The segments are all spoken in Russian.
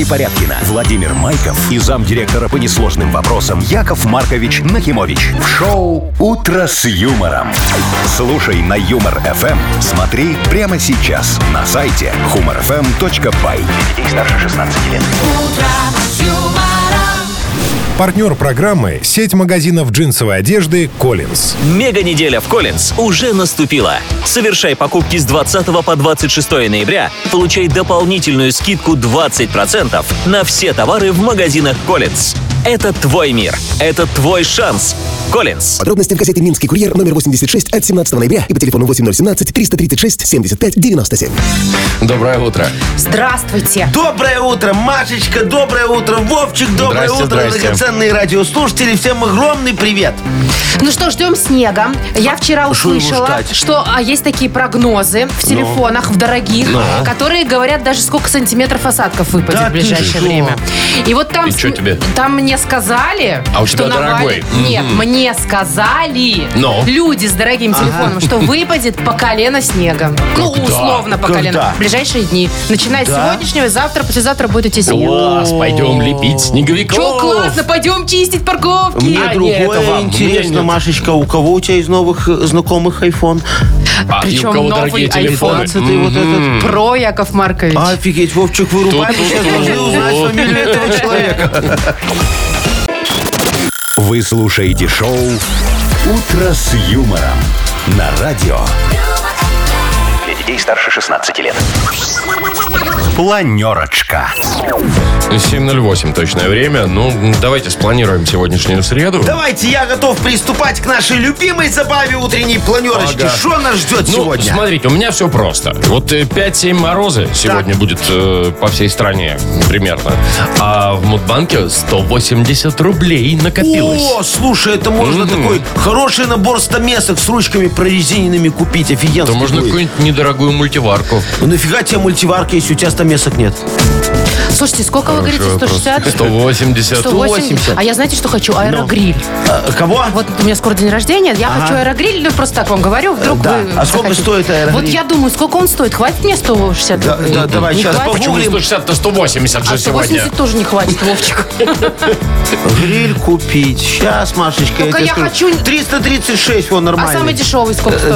Непорядкина, Владимир Майков и замдиректора по несложным вопросам Яков Маркович Нахимович. В шоу «Утро с юмором». Слушай на Юмор-ФМ. Смотри прямо сейчас на сайте humorfm.by. Для детей старше 16 лет. Партнер программы — сеть магазинов джинсовой одежды «Коллинз». Мега-неделя в Коллинз уже наступила. Совершай покупки с 20 по 26 ноября. Получай дополнительную скидку 20% на все товары в магазинах Коллинз. Это твой мир. Это твой шанс. Коллинз. Подробности в газете «Минский курьер» номер 86 от 17 ноября и по телефону 8017 336 75 97. Доброе утро. Здравствуйте. Доброе утро, Машечка, доброе утро, Вовчик, доброе Здрасте, утро, здрасте. драгоценные радиослушатели. Всем огромный привет. Ну что, ждем снега. Я вчера что его услышала, ждать? что есть такие прогнозы в телефонах, в дорогих, которые говорят даже сколько сантиметров осадков выпадет Да в ближайшее ты что? время. И вот там, И что тебе? там мне сказали, А у что тебя дорогой? Нет, мне сказали Но? люди с дорогим телефоном, что выпадет по колено снега. Ну, условно по Когда? колено. В ближайшие дни. Начиная с сегодняшнего, завтра, послезавтра будет идти снег. Класс, пойдем лепить снеговиков. Че классно, пойдем чистить парковки. Мне это другое вам, интересно, мне нет. Машечка, у кого у тебя из новых знакомых iPhone? А, и Причем у кого новый дорогие телефоны? 15-й вот этот. Про, Яков Маркович. Офигеть, Вовчик, вырубай, мы сейчас должны узнать фамилию этого человека. Вы слушаете шоу «Утро с юмором» на радио. Для детей старше 16 лет. Планерочка. 7:08 точное время. Ну, давайте спланируем сегодняшнюю среду. Давайте, я готов приступать к нашей любимой забаве утренней планерочки. Ага. Что нас ждет Ну, сегодня? смотрите, у меня все просто. Вот 5-7 морозы сегодня будет по всей стране примерно. А в Мудбанке 180 рублей накопилось. О, слушай, это можно такой хороший набор стамесок с ручками прорезиненными купить. Офигенно. То можно какую-нибудь недорогую мультиварку. Ну нафига тебе мультиварка, если у тебя стамесок нет? Слушайте, сколько вы говорите? 160? 180. 180. А я знаете, что хочу? Аэрогриль. Кого? Вот у меня скоро день рождения, я хочу аэрогриль, ну просто так вам говорю, вдруг Да. вы А сколько захотите. стоит аэрогриль? Вот я думаю, сколько он стоит? Хватит мне 160 Да, рублей? да, давай, Не сейчас хватит? Почему не погуглим. 160, то 180 же А сегодня? 180 тоже не хватит, Вовчик. Гриль купить. Сейчас, Машечка, Только тебе я скажу. хочу- 336, он А нормальный. самый дешевый сколько стоит?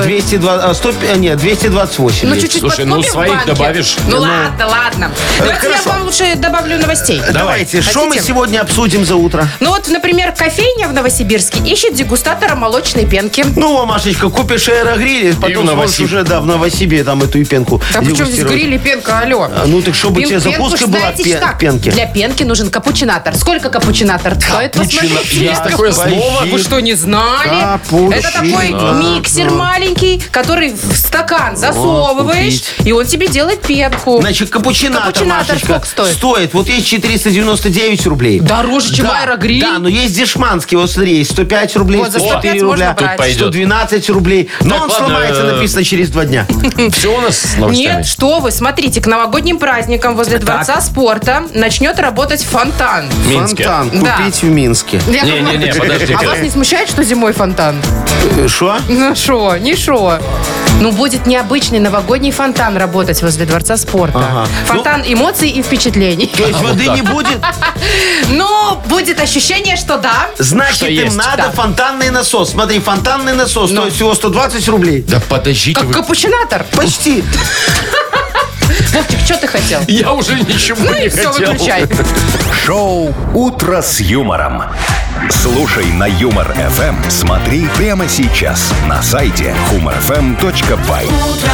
228. Ну, есть. чуть-чуть Слушай, ну, подкупим в своих банке. добавишь. Ну, ладно. Давайте я хорошо. вам лучше добавлю новостей. Давайте, что мы Хотите? сегодня обсудим за утро? Ну вот, например, кофейня в Новосибирске ищет дегустатора молочной пенки. Ну, Машечка, купишь аэрогриль, в потом сможешь Новосиб. уже, да, в Новосибе там эту и пенку А при чем здесь дегустировать. гриль и пенка, алло? Ну, так чтобы тебе Пенку закуска ж была знаете, в так, пенке. Для пенки нужен капучинатор. Сколько капучинатор стоит? Посмотрите. Есть такое слово? Вы что, не знали? Это такой миксер маленький, который в стакан засовываешь, и он тебе делает пенку. Значит, капучинатор, Капучинатор Машечка, сколько стоит? Вот есть 499 рублей. Дороже, чем Да, аэрогриль? Да, но есть дешманский, вот смотри, есть 105 рублей, Вот за 104 105 можно рубля, брать. Пойдет. 112 рублей. Но Так, он ладно, сломается, написано, через 2 дня. Все у нас с новостями? Нет, что вы, смотрите, к новогодним праздникам возле Дворца спорта начнет работать фонтан. Минске. Фонтан Да. купить в Минске. Не-не-не, подождите. А вас не смущает, что зимой фонтан? Что? Ну шо, не шо. Ну, будет необычный новогодний фонтан работать возле Дворца спорта. Ага. Фонтан эмоций и впечатлений. То есть воды не будет? Ну, будет ощущение, что да. Значит, Что им есть. надо Да. фонтанный насос. Смотри, фонтанный насос стоит всего 120 рублей. Да подождите Как вы. капучинатор. Почти. Вовчик, что ты хотел? Я уже ничего Ну не и все, хотел. выключай. Шоу «Утро с юмором». Слушай на Юмор-ФМ. Смотри прямо сейчас на сайте humorfm.by.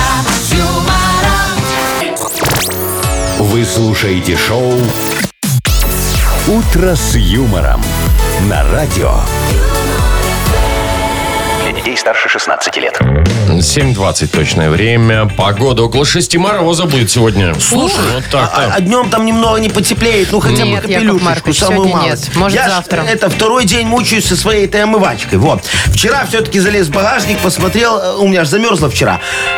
Вы слушаете шоу «Утро с юмором» на радио. Для детей старше 16 лет. 7:20 точное время. Погода около 6 мороза будет сегодня. Слушай, вот так-то. а днем там немного не потеплеет, ну хотя бы Нет, Яков капелюшечку, Маркович, самую сегодня малость. нет. Может, Я ж, завтра. это второй день мучаюсь со своей этой омывачкой. Вот. Вчера все-таки залез в багажник, посмотрел, у меня же замерзло вчера.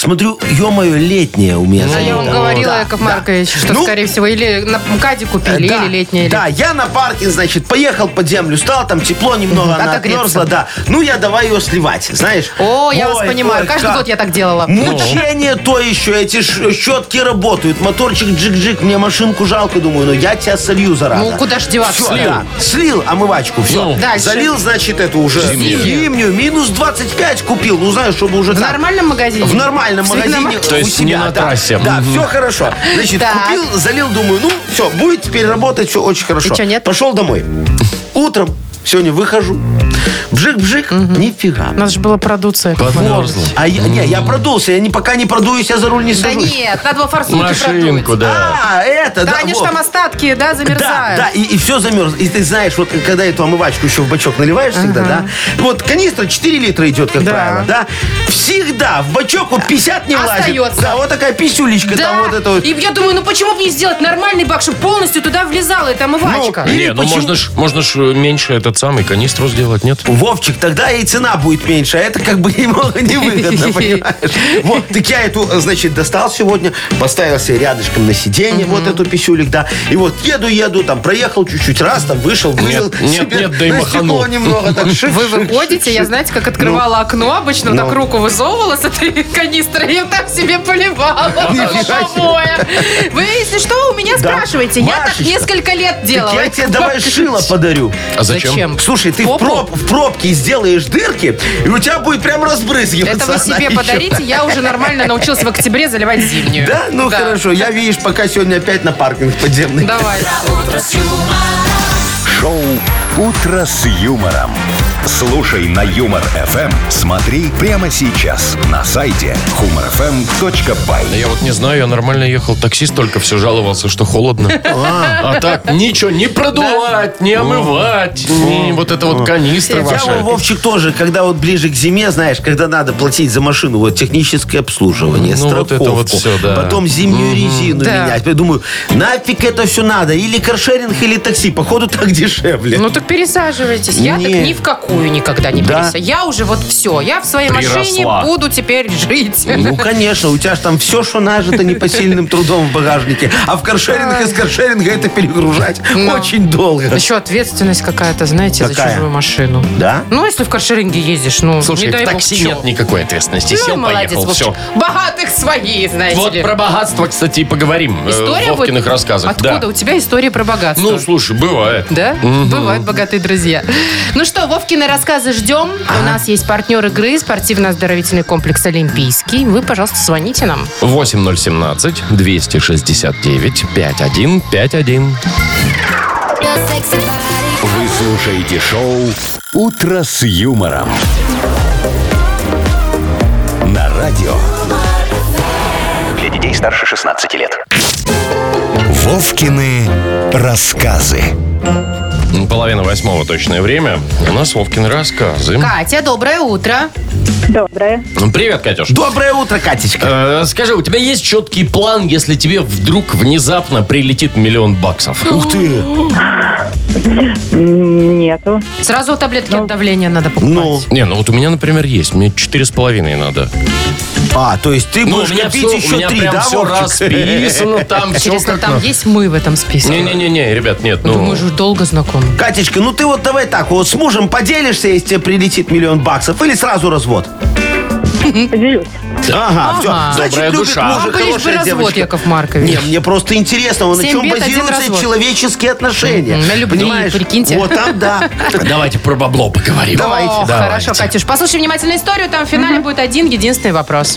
смотрю, ё-моё, летняя у меня А залита. я вам говорила, Яков Маркович, что, скорее всего, или на МКАДе купили, Да, или летняя. Да, я на паркинг, значит, поехал под землю, стало там тепло немного, она Отогреться. отмерзла, да. Ну, я давай ее сливать, знаешь. О, я вас понимаю. Каждый год я так делала. Мучение то еще, эти щетки работают, моторчик джик-джик, мне машинку жалко, думаю, но я тебя солью, зараза. Ну, куда ж деваться? Всё, да. Слил омывачку, все. Ну, дальше. Залил, значит, эту уже зимнюю. Минус 25 купил, ну, знаешь, чтобы уже В так. нормальном магазине? В нормальном магазине То есть у себя, не на да. трассе. Да, Мгм. все хорошо. Значит, Так. купил, залил, думаю, ну, все, будет теперь работать, все очень хорошо. И чё, нет? Пошел домой. Утром сегодня выхожу. Бжик-бжик, нифига. Надо же было продуться. Яков Маркович. Подмерзла. А я продулся, пока не продуюсь, я за руль не Да сажусь. нет, надо было форсунки Машинку, продуть. да. А, это, Да, да, они же вот. там остатки, да, замерзают. Да, и все замерз. И ты знаешь, вот когда эту омывачку еще в бачок наливаешь всегда, да? Вот канистра 4 литра идет, как Да. правило, да? Всегда в бачок вот 50 не влазит. Остается. Да, вот такая писюлечка Да, там вот это вот. и я думаю, ну почему бы не сделать нормальный бак, чтобы полностью туда влезала эта омывачка? Ну, Не, или ну почему- можно ж меньше этот самый канистру сделать, нет? Вовчик, тогда и цена будет меньше, а это как бы немного невыгодно, понимаешь? Вот, так я эту, значит, достал сегодня, поставил себе рядышком на сиденье вот эту писюлик, да, и вот еду, там, проехал чуть-чуть, раз, там, вышел, вылил нет, себе да и на маханул. стекло немного, так, шик, Вы шик, выходите, шик, я шик. знаете, как открывала окно обычно, Ну. так руку высовывала с этой канистры и так себе поливала. Нифига себе. Лобовое. Вы, если что, у меня Да. спрашиваете. Я так Машечка, несколько лет делала. Так я тебе давай шило подарю. А зачем? Слушай, ты в Попу? пробке сделаешь дырки, и у тебя будет прям разбрызгиваться. Это вы она себе еще. подарите. Я уже нормально научилась в октябре заливать зимнюю. Да? Ну хорошо, я, видишь, пока сегодня опять на паркинг подземный. Давай. Шоу «Утро с юмором». Слушай на Юмор ФМ. Смотри прямо сейчас на сайте humorfm.by. Я вот не знаю, я нормально ехал, таксист только все жаловался, что холодно. А так ничего не продувать, не омывать, не вот это вот канистра Я, ваша. Вовчик, тоже, когда вот ближе к зиме, знаешь, когда надо платить за машину, вот техническое обслуживание, Ну, вот страховку, это вот всё, да. потом зимнюю резину Да. менять. Я думаю, нафиг это все надо? Или каршеринг, или такси. Походу, так дешевле. Ну так пересаживайтесь. Я так Не. ни в какую никогда не Да? пересаживаюсь. Я уже вот все. Я в своей машине Приросла. буду теперь жить. Ну, конечно, у тебя же там все, что нажито непосильным трудом в багажнике. А в каршерингах из каршеринга это перегружать Ну. очень долго. Еще ответственность какая-то, знаете, за Какая? чужую машину. Да? Ну, если в каршеринге ездишь, ну, Слушай, не дай в бог, такси чё. нет никакой ответственности. Ну, Сел, молодец, поехал, Вовчик. все. Богатых свои, знаете Вот ли. про богатство, кстати, и поговорим История в Вовкиных будет? рассказах. Откуда Да. у тебя история про богатство? Ну, слушай, бывает. Да? Бывают богатые друзья. Ну что, Вовкины рассказы ждем. У нас есть партнер игры, спортивно-оздоровительный комплекс «Олимпийский». Вы, пожалуйста, звоните нам. 8017-269-5151. Вы слушаете шоу «Утро с юмором». На радио. Для детей старше 16 лет. Вовкины рассказы. 7:30 точное время. У нас Вовкины рассказы. Катя, доброе утро. Доброе. Привет, Катюш. Доброе утро, Катечка. Скажи, у тебя есть четкий план, если тебе вдруг внезапно прилетит $1 000 000? Ух ты. Нету. Сразу таблетки от давления надо покупать. Ну, Не, ну вот у меня, например, есть. Мне 4,5 надо. то есть ты Ну, у будешь меня копить все, у еще меня 3, прям да, все Вовчик? расписано, там все Интересно, как там надо. есть мы в этом списке? Не-не-не, ребят, нет. Ну, Ну, мы же долго знакомы. Катечка, ну ты вот давай так, вот с мужем поделишься, если тебе прилетит $1 000 000, или сразу развод? Поделюсь. Ага, все. Ага. Добрая душа. Вам бы лишь бы развод, Яков Маркович. Не, мне просто интересно, на 7 чем бед, 1 базируются развод. человеческие отношения. На любви, Понимаешь? прикиньте. Вот там, да. давайте про бабло поговорим. Давайте. О, хорошо, Катюш. Послушай внимательно историю. Там в финале будет один единственный вопрос.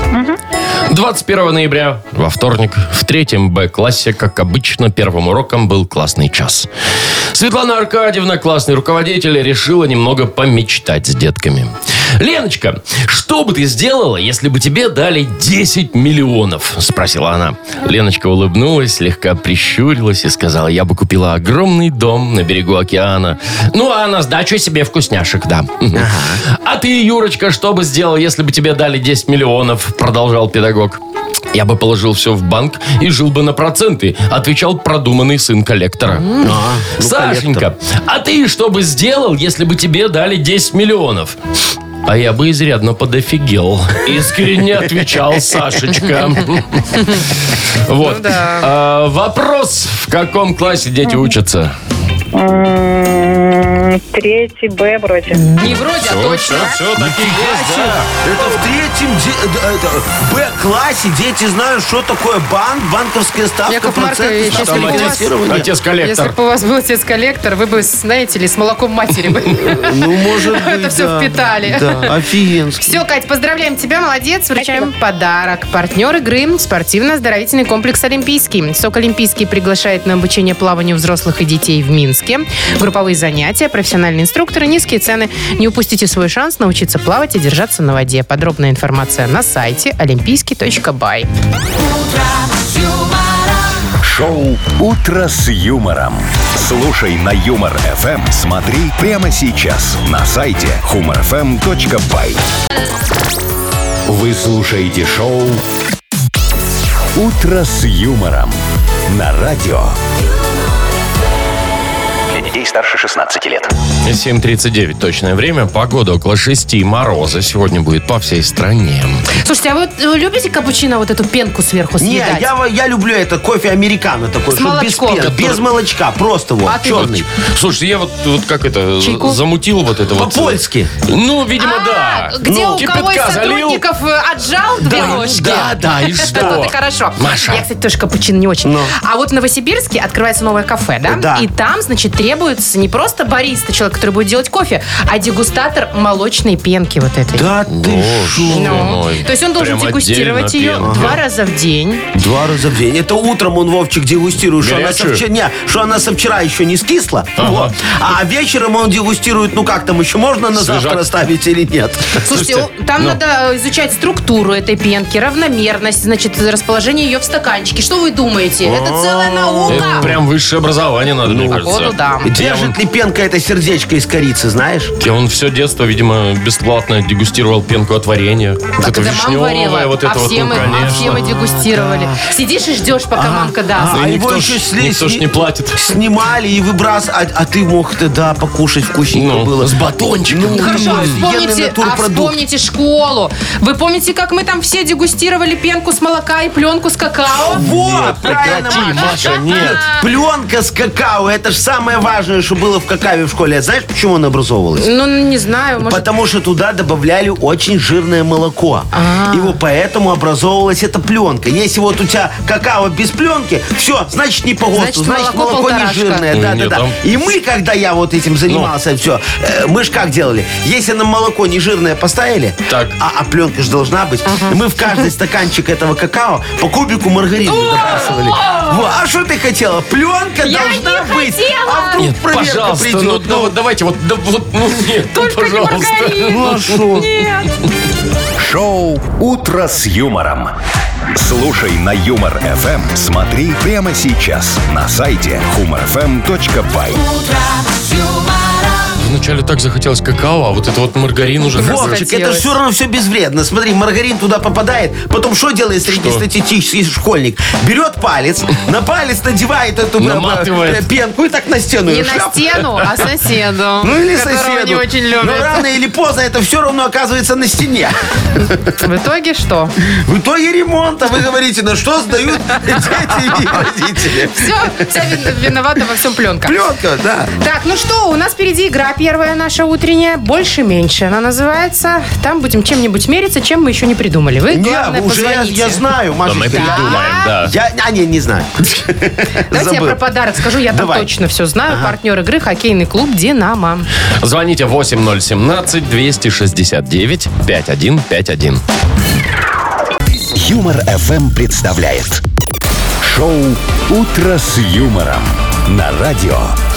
21 ноября, во вторник, в 3 Б-классе, как обычно, первым уроком был классный час. Светлана Аркадьевна, классный руководитель, решила немного помечтать с детками. «Леночка, что бы ты сделала, если бы тебе дали 10 миллионов?» – спросила она. Леночка улыбнулась, слегка прищурилась и сказала: «Я бы купила огромный дом на берегу океана. Ну, а на сдачу себе вкусняшек, да». «А ты, Юрочка, что бы сделал, если бы тебе дали 10 миллионов?» – продолжал педагог. «Я бы положил все в банк и жил бы на проценты», — отвечал продуманный сын коллектора. «Сашенька, а ты что бы сделал, если бы тебе дали 10 миллионов?» А я бы изрядно подофигел. Искренне отвечал Сашечка. Вот. Ну да. Вопрос. В каком классе дети учатся? 3 Б вроде. Не вроде, а точно. Все, так и есть, да. Это в 3 Б-классе дети знают, что такое банк, банковская ставка, Яков Маркович, проценты, если ставка бы у вас- финансирования. Отец-коллектор. Если бы у вас был отец-коллектор, вы бы, знаете ли, с молоком матери бы Ну, может быть, это все да. впитали. Да, офигенски. Все, Кать, поздравляем тебя, молодец. Вручаем подарок. Партнер игры – спортивно-оздоровительный комплекс «Олимпийский». СОК «Олимпийский» приглашает на обучение плаванию взрослых и детей в Минске. Групповые занятия, профессиональные инструкторы, низкие цены. Не упустите свой шанс научиться плавать и держаться на воде. Подробная информация на сайте олимпийский.бай. Шоу «Утро с юмором». Слушай на Юмор ФМ. Смотри прямо сейчас на сайте humorfm.by. Вы слушаете шоу «Утро с юмором» на радио. Для детей старше 16 лет. 7:39 точное время. Погода около 6. Мороза сегодня будет по всей стране. Слушайте, а вы любите капучино, вот эту пенку сверху Не, съедать? я люблю это кофе американо такой, С чтобы без молочком. пен, без молочка, просто вот, А ты черный. Слушай, я вот как это, Чайку? замутил вот это вот. По-польски. Ну, видимо, да. Где Ну, у кого из кипятка залил. сотрудников отжал 2 ложки? Да, и что? Вот и хорошо. Маша. Я, кстати, тоже капучино не очень. Ну. А вот в Новосибирске открывается новое кафе, да? Да. И там, значит, требуется не просто бариста, человек, который будет делать кофе, а дегустатор молочной пенки вот этой. Да ты шо? Ну, мой. то есть он должен Прям дегустировать ее отдельно пенка. 2 раза в день. 2 раза в день. Это утром он, Вовчик, дегустирует, что она, Горячую? что она со вчера еще не скисла. Вот. А вечером он дегустирует, ну как там еще можно на Свежак. завтра ставить или нет. Слушайте, там ну. надо изучать структуру этой пенки, равномерность, значит, расположение ее в стаканчике. Что вы думаете? Это целая наука. Это прям высшее образование надо, мне кажется. Походу, да. Держит ли пенка это сердечко из корицы, знаешь? Он все детство, видимо, бесплатно дегустировал пенку от варенья. Вот это Это мама вишневое, варила, вот это а вот, все ну, мы конечно. дегустировали. Сидишь и ждешь, пока мамка даст. И А никто его ж- еще никто ж не платит. Снимали и выбрасывали. А ты мог тогда покушать вкусненько Ну, было. с батончиком. Ну, Хорошо, офигенный натурпродукт. вспомните школу. Вы помните, как мы там все дегустировали пенку с молока и пленку с какао? Вот, правильно, прекрати, Маша, нет. Пленка с какао, это же самое важное, что было в какао в школе. А знаешь, почему она образовывалась? Ну, не знаю, может... Потому что туда добавляли очень жирное молоко. И вот поэтому образовывалась эта пленка. Если вот у тебя какао без пленки, все, значит не по ГОСТу, Значит, значит молоко молоко не полторашка. жирное. Да, да, Нет, да. там- И мы, когда я вот этим занимался, все, мы же как делали? Если нам молоко не жирное поставили, Так. а пленка же должна быть, мы в каждый стаканчик этого какао по кубику маргарина добрасывали. Во, а что ты хотела? Пленка Я должна не быть. хотела. А вдруг Нет, проверка пожалуйста, придет? ну, да вот давайте, вот, да, вот, ну нет, ну, Только не пожалуйста. маргарин. Ну, а шо? Шоу «Утро с юмором». Слушай на Юмор ФМ. Смотри прямо сейчас на сайте humorfm.by. Вначале так захотелось какао, а вот это вот маргарин уже как бы- Вовчик, это Хотелось. все равно все безвредно. Смотри, маргарин туда попадает. Потом что делает среднестатистический школьник? Берет палец, на палец надевает эту Наматывает. пенку и так на стену. Не её на шляп. стену, а соседу. Ну или которого соседу. не очень Но любят. рано или поздно это все равно оказывается на стене. В итоге что? В итоге ремонта, вы говорите, на что сдают дети и родители. Все, вся виновата во всем пленка. Пленка, да. Так, ну что, у нас впереди игра первая наша утренняя. Больше-меньше она называется. Там будем чем-нибудь мериться, чем мы еще не придумали. Вы, главное, Не, уже позвоните. я знаю, Да, мы Машечка. придумаем, да. Не знаю. Давайте я Забыл. про подарок скажу. Я там Давай. точно все знаю. Партнер игры хоккейный клуб «Динамо». Звоните 8017-269-5151. Юмор ФМ представляет шоу «Утро с юмором» на радио.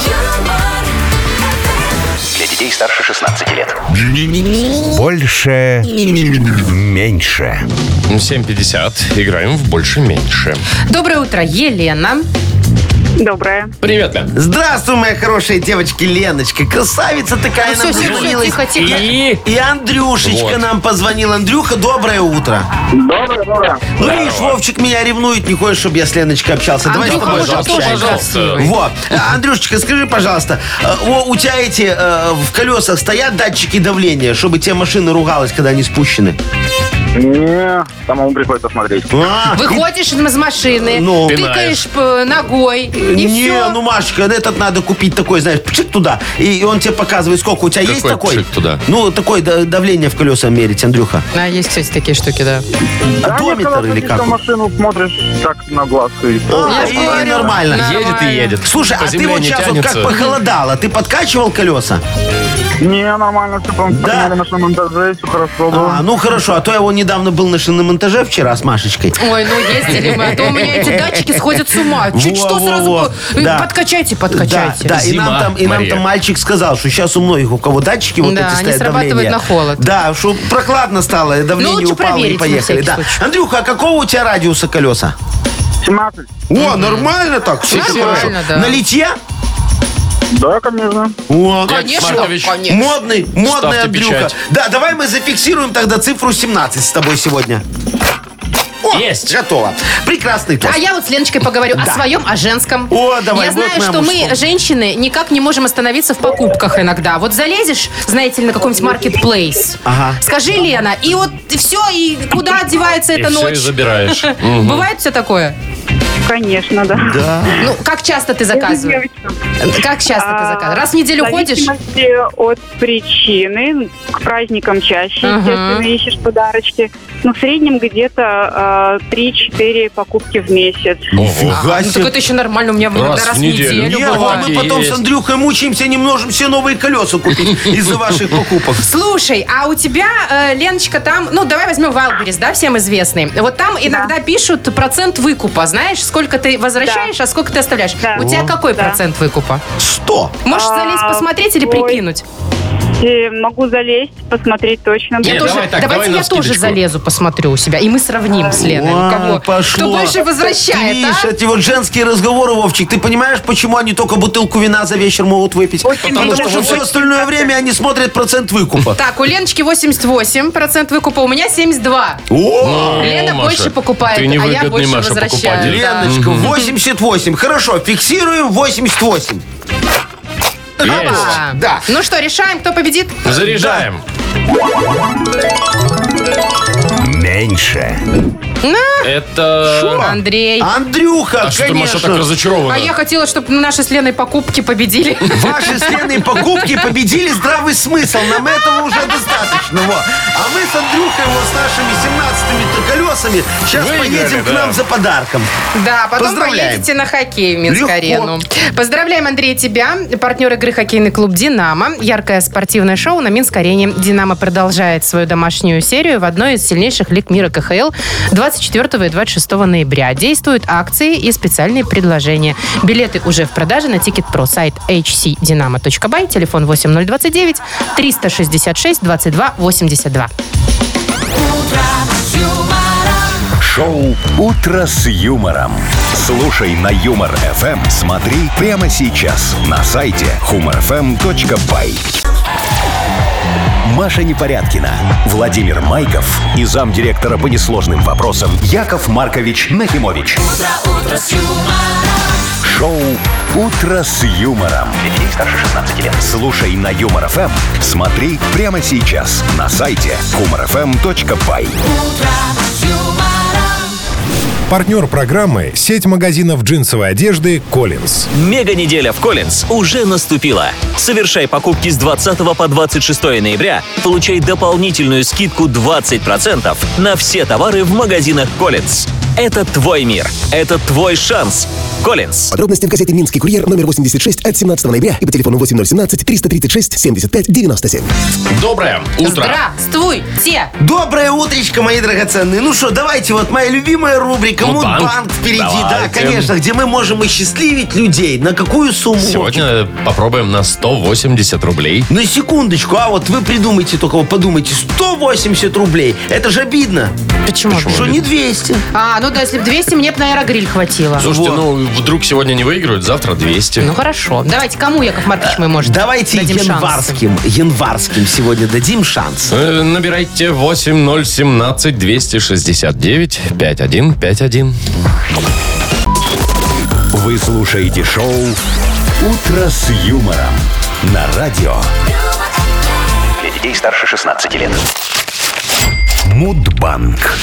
Для детей старше 16 лет. Больше. Меньше. 7:50. Играем в больше-меньше. Доброе утро, Елена. Доброе. Привет, Лен. Здравствуй, моя хорошая девочка Леночка. Красавица такая нам позвонила. Тихо. И Андрюшечка Вот. нам позвонил. Андрюха, доброе утро. Доброе. Ну, видишь, Вовчик меня ревнует, не хочет, чтобы я с Леночкой общался. Давай с Андрюха тобой уже тоже пообщаемся. красивый. Вот. Андрюшечка, скажи, пожалуйста, у тебя эти в колесах стоят датчики давления, чтобы те машины ругалась, когда они спущены? Не, самому приходится смотреть. Выходишь из машины, Ну. тыкаешь ногой, и Не, все. ну, Машечка, этот надо купить такой, знаешь, пчик туда, и он тебе показывает, сколько у тебя есть Какой такой. пшик туда? Ну, такой давление в колеса мерить, Андрюха. А, есть, кстати, такие штуки, да. Одометр или как? машину смотришь так на глаз и Я ж И говорю. нормально. Едет и едет. Слушай, По а ты земле вот не сейчас вот как тянется. похолодало, ты подкачивал колеса? Не, нормально, все Да. на шиномонтаже, все хорошо было. Ну хорошо, а то я вот недавно был на шиномонтаже вчера с Машечкой. Ой, ну ездили мы, а то у меня эти датчики сходят с ума. Чуть что сразу Да. подкачайте. Да, и Зима, нам Мария. там мальчик сказал, что сейчас у многих, у кого датчики вот Да, эти они стоят, срабатывают давление. на холод. Да, что прохладно стало, давление Ну, лучше упало и проверить на поехали. всякий Да. случай. Андрюха, а какого у тебя радиуса колеса? 17. О, нормально так, супер Нормально, хорошо. да. На литье? Да, конечно. О, Конечно, Маркович. конечно. модный Ставьте Андрюха. печать. Да, давай мы зафиксируем тогда цифру 17 с тобой сегодня. О, Есть. готово. Прекрасный тост. А я вот с Леночкой поговорю о своем, о женском. О, давай, Я вот знаю, мы о что мы, мужском. женщины, никак не можем остановиться в покупках иногда. Вот залезешь, знаете ли, на какой-нибудь маркетплейс. Ага. Скажи, Лена, и вот все, и куда одевается И эта все, и ночь? забираешь. Бывает все такое? Конечно, да. Ну, как часто ты заказываешь? Как часто ты заказываешь? Раз в неделю ходишь? В зависимости от причины. К праздникам чаще, Ага. естественно, ищешь подарочки. Ну, в среднем где-то 3-4 покупки в месяц. Нифига Ну, так себе. это еще нормально, у меня Раз раз в в неделю. неделю Нет, бывает. мы потом Есть. с Андрюхой мучаемся, не можем все новые колеса купить из-за ваших покупок. Слушай, а у тебя, Леночка, там, ну, давай возьмем Wildberries, да, всем известный. Вот там иногда пишут процент выкупа. Знаешь, сколько ты возвращаешь, а сколько ты оставляешь. Да. У тебя какой Да. процент выкупа? 100. Можешь залезть посмотреть или ой. прикинуть? Могу залезть, посмотреть точно. Нет, Я тоже, давай так, давайте давай на я тоже скидочку. залезу, посмотрю у себя. И мы сравним с Леной. О, Кого? пошло. Кто больше Ты возвращает, видишь, а? эти вот женские разговоры, Вовчик, ты понимаешь, почему они только бутылку вина за вечер могут выпить? Потому что все остальное время они смотрят процент выкупа. Так, у Леночки 88% выкупа, у меня 72%. О! Лена Маша, больше покупает, ты а я невыгодный, больше Маша, возвращаю. покупатель. Да. Леночка, 88. Хорошо, фиксируем 88. Есть. А, Да. Ну что, решаем, кто победит? Заряжаем. Меньше. Это... Андрей. Андрюха, А что ты, Маша, так конечно. разочарована? А я хотела, чтобы наши с Леной покупки победили. Ваши с Леной покупки победили здравый смысл. Нам этого уже достаточно. Вот. А мы с Андрюхой вот с нашими 17-ми колесами сейчас Выиграли, поедем к да. нам за подарком. Да, потом Поздравляем. поедете на хоккей в Легко. Минск-арену. Поздравляем, Андрей, тебя. Партнер игры хоккейный клуб «Динамо». Яркое спортивное шоу на Минск-арене. «Динамо» продолжает свою домашнюю серию в одной из сильнейших лиг мира КХЛ 24 и 26 ноября. Действуют акции и специальные предложения. Билеты уже в продаже на Ticket.Pro. Сайт hcdinamo.by. Телефон 8029 366 22 82. Шоу «Утро с юмором». Слушай на Юмор ФМ. Смотри прямо сейчас на сайте humorfm.by. Маша Непорядкина, Владимир Майков и замдиректора по несложным вопросам Яков Маркович Нахимович. Шоу «Утро с юмором». Для детей старше 16 лет. Слушай на Юмор ФМ. Смотри прямо сейчас на сайте humorfm.by. Партнер программы – сеть магазинов джинсовой одежды «Коллинз». Мега-неделя в Коллинз уже наступила. Совершай покупки с 20 по 26 ноября. Получай дополнительную скидку 20% на все товары в магазинах Коллинз. Это твой мир. Это твой шанс. Коллинз. Подробности в газете «Минский курьер» номер 86 от 17 ноября и по телефону 8017 336 75 97. Доброе утро. Здравствуйте! Доброе утречко, мои драгоценные. Ну что, давайте, вот моя любимая рубрика Мудбанк. «Мудбанк» впереди. Да, Давайте. конечно, где мы можем осчастливить людей. На какую сумму? Вовчик? Сегодня попробуем на 180 рублей. На секундочку, а вот вы придумайте только, вот подумайте, 180 рублей. Это же обидно. Почему? Что не 200. А, ну да, если бы 200, мне бы на аэрогриль хватило. Слушайте, Вот. ну, вдруг сегодня не выиграют, завтра 200. Ну, хорошо. Давайте, кому, Яков Маркович, мы, может, Давайте дадим шанс? январским сегодня дадим шанс. Набирайте 8017-269-5151. Вы слушаете шоу «Утро с юмором» на радио. Для детей старше 16 лет. Мудбанк.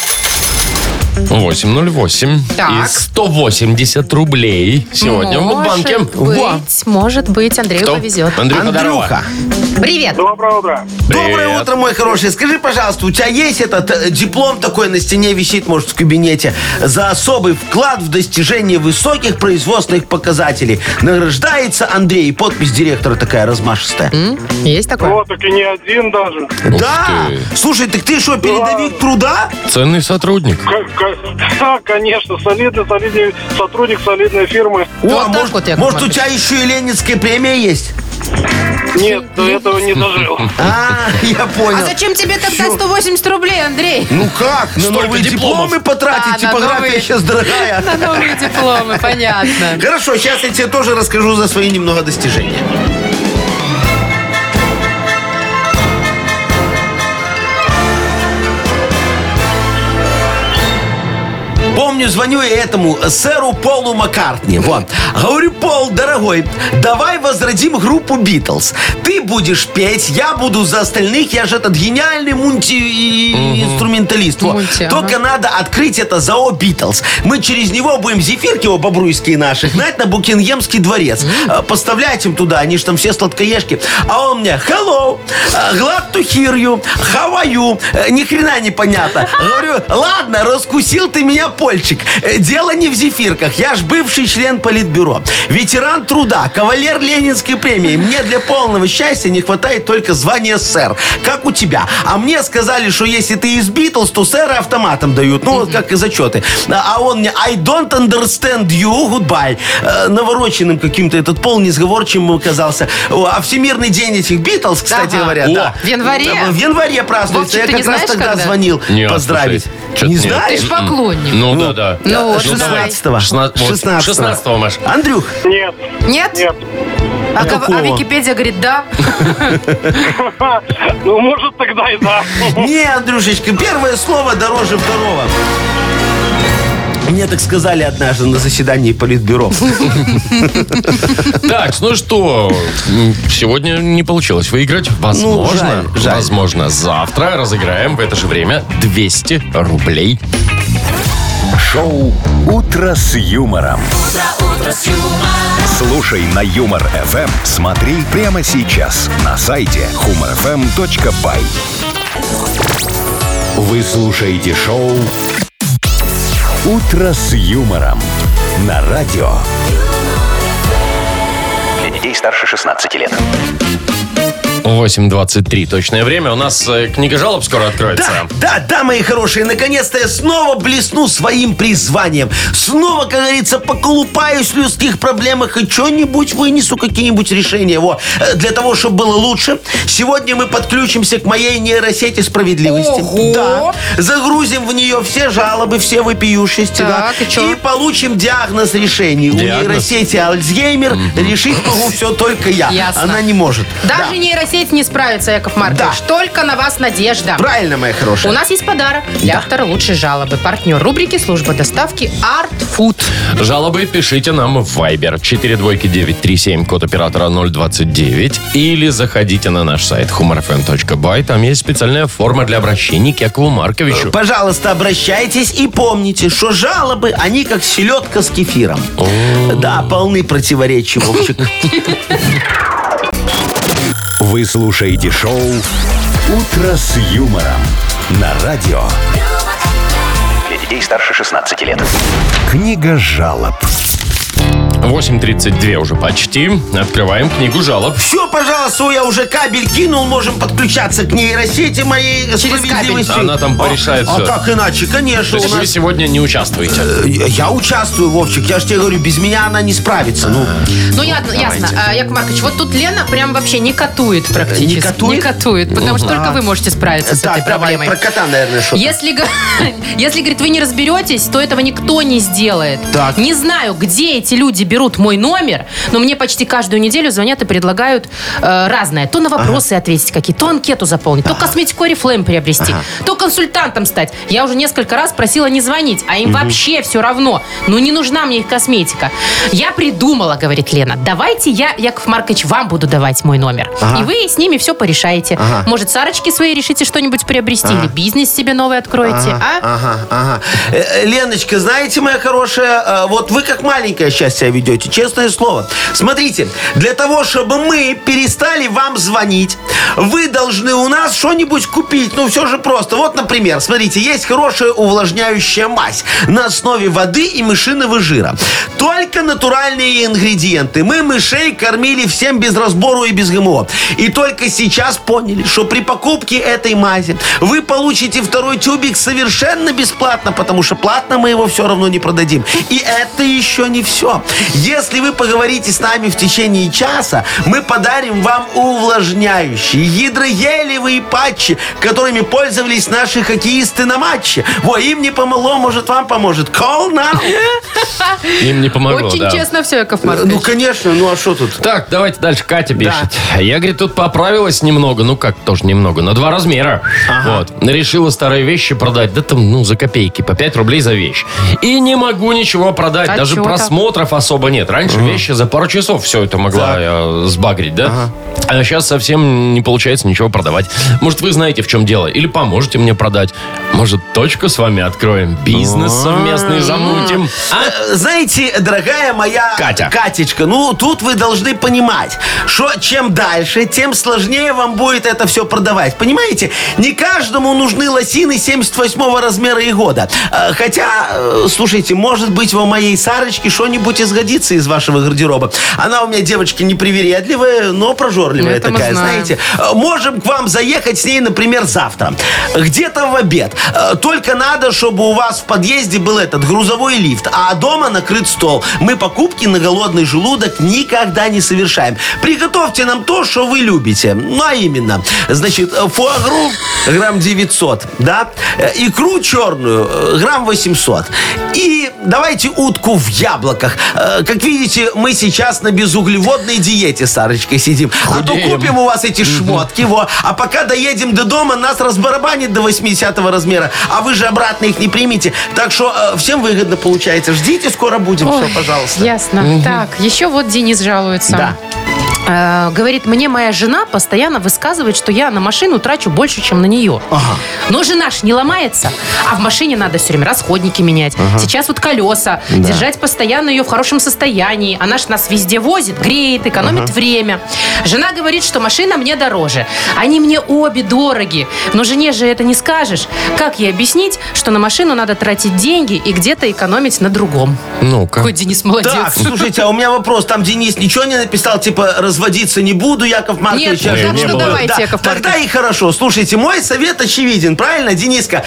808. Так. И 180 рублей сегодня в Мудбанке. Может быть, Андрею Кто? повезет. Андрюха, здорово. Андрюха, Привет. Доброе утро. доброе утро, мой хороший. Скажи, пожалуйста, у тебя есть этот диплом такой на стене висит, может, в кабинете, за особый вклад в достижение высоких производственных показателей? Награждается Андрей. Подпись директора такая размашистая. Есть такое? Вот, так и не один даже. Да? ты. Слушай, так ты что, передовик труда? Ценный сотрудник. Да, конечно, солидный сотрудник солидной фирмы. Вот так вот, Яков может, у Маркович. тебя еще и ленинская премия есть? Нет, до этого не дожил. Я понял. А зачем тебе тогда 180 рублей, Андрей? Ну как? На Столько новые дипломов. дипломы потратить? А, на Типография новые. сейчас дорогая. На новые дипломы, понятно. Хорошо, сейчас я тебе тоже расскажу за свои немного достижения. Помню, звоню я этому сэру Полу Маккартни. Вот. Говорю: Пол, дорогой, давай возродим группу Битлз. Ты будешь петь, я буду за остальных. Я же этот гениальный мульти-инструменталист. Вот. Мульти, Только надо открыть это ЗАО Битлз. Мы через него будем зефирки бобруйские наши гнать на Букингемский дворец. Поставлять им туда, они же там все сладкоежки. А он мне: hello, glad to hear you, how are you? Ни хрена не понятно. Говорю: ладно, раскусил ты меня, Польчик. Дело не в зефирках. Я ж бывший член политбюро. Ветеран труда, кавалер Ленинской премии. Мне для полного счастья не хватает только звания сэр. Как у тебя. А мне сказали, что если ты из Битлз, то сэры автоматом дают. Ну, вот как и зачеты. А он мне: I don't understand you, goodbye. Навороченным каким-то этот Пол несговорчивым оказался. А Всемирный день этих Битлз, кстати Ага. говоря, О, да. в январе? В январе празднуется. Вовчик, Я ты как не раз знаешь, тогда когда? звонил Нет, поздравить. слушай, Не чё-то нет. знаешь? Ты ж поклонник. Ну да. Ну вот, Ну, знай. 16-го. 16-го, Маш. Андрюх, Нет, Нет? нет. А какого? Википедия говорит да? Ну, может, тогда и да. не, Андрюшечка, первое слово дороже второго. Мне так сказали однажды на заседании политбюро. Так, ну что, сегодня не получилось выиграть. Возможно, жаль. возможно, завтра разыграем в это же время 200 рублей. Шоу «Утро с юмором». Слушай на Юмор ФМ. Смотри прямо сейчас на сайте humorfm.by. Вы слушаете шоу «Утро с юмором» на радио. Для детей старше 16 лет. 8:23 точное время. У нас книга жалоб скоро откроется. Да, мои хорошие, наконец-то я снова блесну своим призванием. Снова, как говорится, поколупаюсь в людских проблемах и что-нибудь вынесу, какие-нибудь решения. Для того, чтобы было лучше, сегодня мы подключимся к моей нейросети справедливости. Ого! Да. Загрузим в нее все жалобы, все вопиющести. Так, да, и чё? получим диагноз решений. У Диагноз? нейросети Альцгеймер. Решить могу все только я. Ясно. Она не может. Даже Да. нейросеть не справится, Яков Маркович. Да. Только на вас надежда. Правильно, моя хорошая. У нас есть подарок для автора лучшей жалобы. Партнер рубрики «Служба доставки» Art Food. Жалобы пишите нам в Viber 42937, код оператора 029. Или заходите на наш сайт humorfm.by. Там есть специальная форма для обращения к Якову Марковичу. Пожалуйста, обращайтесь и помните, что жалобы, они как селедка с кефиром. Да, полны противоречий, Вовчик. Вы слушаете шоу «Утро с юмором» на радио. Для детей старше 16 лет. Книга жалоб. 8:32 уже почти. Открываем книгу жалоб. Все, пожалуйста, я уже кабель кинул, можем подключаться к нейросети моей справедливости. Она там порешает А все. как иначе? Конечно. То есть вы сегодня не участвуете? Я участвую, Вовчик. Я же тебе говорю, без меня она не справится. Ну, ясно. Яков Маркович, вот тут Лена прям вообще не котует практически. Не котует? Не котует, потому что только вы можете справиться с этой Так, давай, проблемой. про кота, наверное, что-то. Если, говорит, вы не разберетесь, то этого никто не сделает. Так. Не знаю, где эти люди берут мой номер, но мне почти каждую неделю звонят и предлагают разное. То на вопросы ответить какие, то анкету заполнить, то косметику Oriflame приобрести, то консультантом стать. Я уже несколько раз просила не звонить, а им вообще все равно. Ну, не нужна мне их косметика. Я придумала, говорит Лена, давайте я, Яков Маркович, вам буду давать мой номер. И вы с ними все порешаете. Может, Сарочке своей решите что-нибудь приобрести или бизнес себе новый откроете, Ага. Леночка, знаете, моя хорошая, вот вы как маленькая сейчас себя ведете, честное слово. Смотрите, для того, чтобы мы перестали вам звонить, вы должны у нас что-нибудь купить. Ну, все же просто. Вот, например, смотрите, есть хорошая увлажняющая мазь на основе воды и мышиного жира. Только натуральные ингредиенты. Мы мышей кормили всем без разбору и без ГМО. И только сейчас поняли, что при покупке этой мази вы получите второй тюбик совершенно бесплатно, потому что платно мы его все равно не продадим. И это еще не все. Если вы поговорите с нами в течение часа, мы подарим вам увлажняющие гидрогелевые патчи, которыми пользовались наши хоккеисты на матче. Во, им не помогло, может, вам поможет. Call now. Им не помогло, Очень да. честно все, Яков Маркович. Ну, конечно, ну а что тут? Так, давайте дальше. Катя пишет. Я, говорит, тут поправилась немного. Ну как, тоже немного. На 2 размера. Вот. Решила старые вещи продать. Да там, за копейки. По 5 рублей за вещь. И не могу ничего продать. А Даже чё-то? просмотров особо нет. Раньше вещи за пару часов все это могла сбагрить, да? А сейчас совсем не получается ничего продавать. Может, вы знаете, в чем дело? Или поможете мне продать? Может, точку с вами откроем? Бизнес совместный замутим? Знаете, дорогая моя Катя. Катечка, ну тут вы должны понимать, что чем дальше, тем сложнее вам будет это все продавать. Понимаете? Не каждому нужны лосины 78 размера и года. Хотя, слушайте, может быть, у моей Сарочки что-нибудь изгодится из вашего гардероба. Она у меня девочка непривередливая, но прожорливая Это мы такая, знаем. знаете. Можем к вам заехать с ней, например, завтра. Где-то в обед. Только надо, чтобы у вас в подъезде был этот грузовой лифт, а дома накрыт стол. Мы покупки на голодный желудок никогда не совершаем. Приготовьте нам то, что вы любите. Ну, а именно, значит, фуагру грамм 900, да? Икру черную грамм 800. И давайте утку в яблоках. Как видите, мы сейчас на безуглеводной диете с Сарочкой сидим. А то Худеем. купим у вас эти шмотки, а пока доедем до дома, нас разбарабанит до 80 размера, а вы же обратно их не примете. Так что всем выгодно получается. Ждите, скоро будем. Все, пожалуйста. Ясно. Так, еще вот Денис жалуется. Да. Говорит, мне моя жена постоянно высказывает, что я на машину трачу больше, чем на нее. Но жена ж не ломается, а в машине надо все время расходники менять. Сейчас вот колеса, держать постоянно ее в хорошем состоянии. Она ж нас везде возит, греет, экономит время. Жена говорит, что машина мне дороже. Они мне обе дороги. Но жене же это не скажешь. Как ей объяснить, что на машину надо тратить деньги и где-то экономить на другом? Ну-ка. Какой Денис молодец. Так, слушайте, а у меня вопрос. Там Денис ничего не написал, типа, разводиться не буду, Яков Маркович. Нет, я же так не что буду. давайте, Да, Яков Тогда Маркович. и хорошо. Слушайте, мой совет очевиден, правильно, Дениска?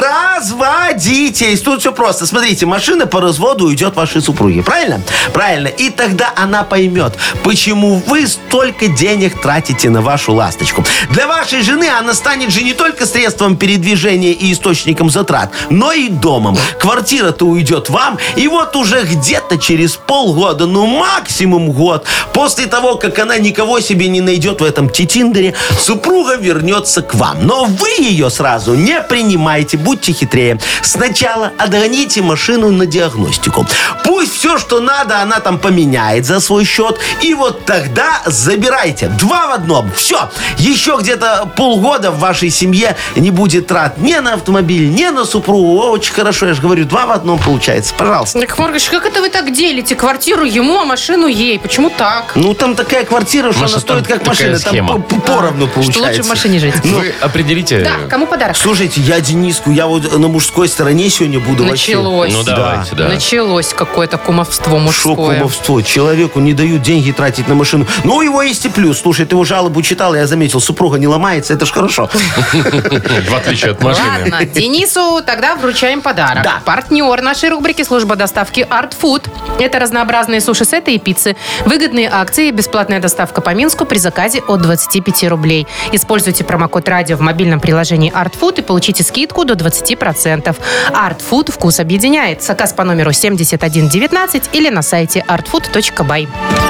Разводитесь. Тут все просто. Смотрите, машина по разводу уйдет вашей супруге, правильно? Правильно. И тогда она поймет, почему вы столько денег тратите на вашу ласточку. Для вашей жены она станет же не только средством передвижения и источником затрат, но и домом. Квартира-то уйдет вам, и вот уже где-то через полгода, ну максимум год, после того, как она никого себе не найдет в этом Тиндере, супруга вернется к вам. Но вы ее сразу не принимайте, будьте хитрее. Сначала отгоните машину на диагностику. Пусть все, что надо, она там поменяет за свой счет, и вот тогда забирайте. 2 в одном. Все. Еще где-то полгода в вашей семье не будет трат ни на автомобиль, ни на супругу. Очень хорошо, я же говорю, 2 в одном получается. Пожалуйста. Яков Маркович, как это вы так делите? Квартиру ему, а машину ей? Почему так? Ну, там такая квартира, что Маша, она стоит там как машина. такая схема. Там поровну Что лучше получается. в машине жить. Вы определите... Да, кому подарок? Слушайте, я Дениску, я вот на мужской стороне сегодня буду вообще. Началось. Ну, давайте, да. Началось какое-то кумовство Шо мужское. кумовство? Человеку не дают деньги тратить на машину. Ну, у его есть и плюс. Слушай, ты его жалобу читал, я заметил, супруга не ломается, это ж хорошо. В отличие от машины. Ладно, Денису тогда вручаем подарок. Да. Партнер нашей рубрики «Служба доставки Art Food». Это разнообразные суши-сеты и пиццы. Выгодные акции и бесплатная доставка по Минску при заказе от 25 рублей. Используйте промокод «Радио» в мобильном приложении Art Food и получите скидку до 20%. Art Food вкус объединяет. Заказ по номеру 7119 или на сайте artfood.by.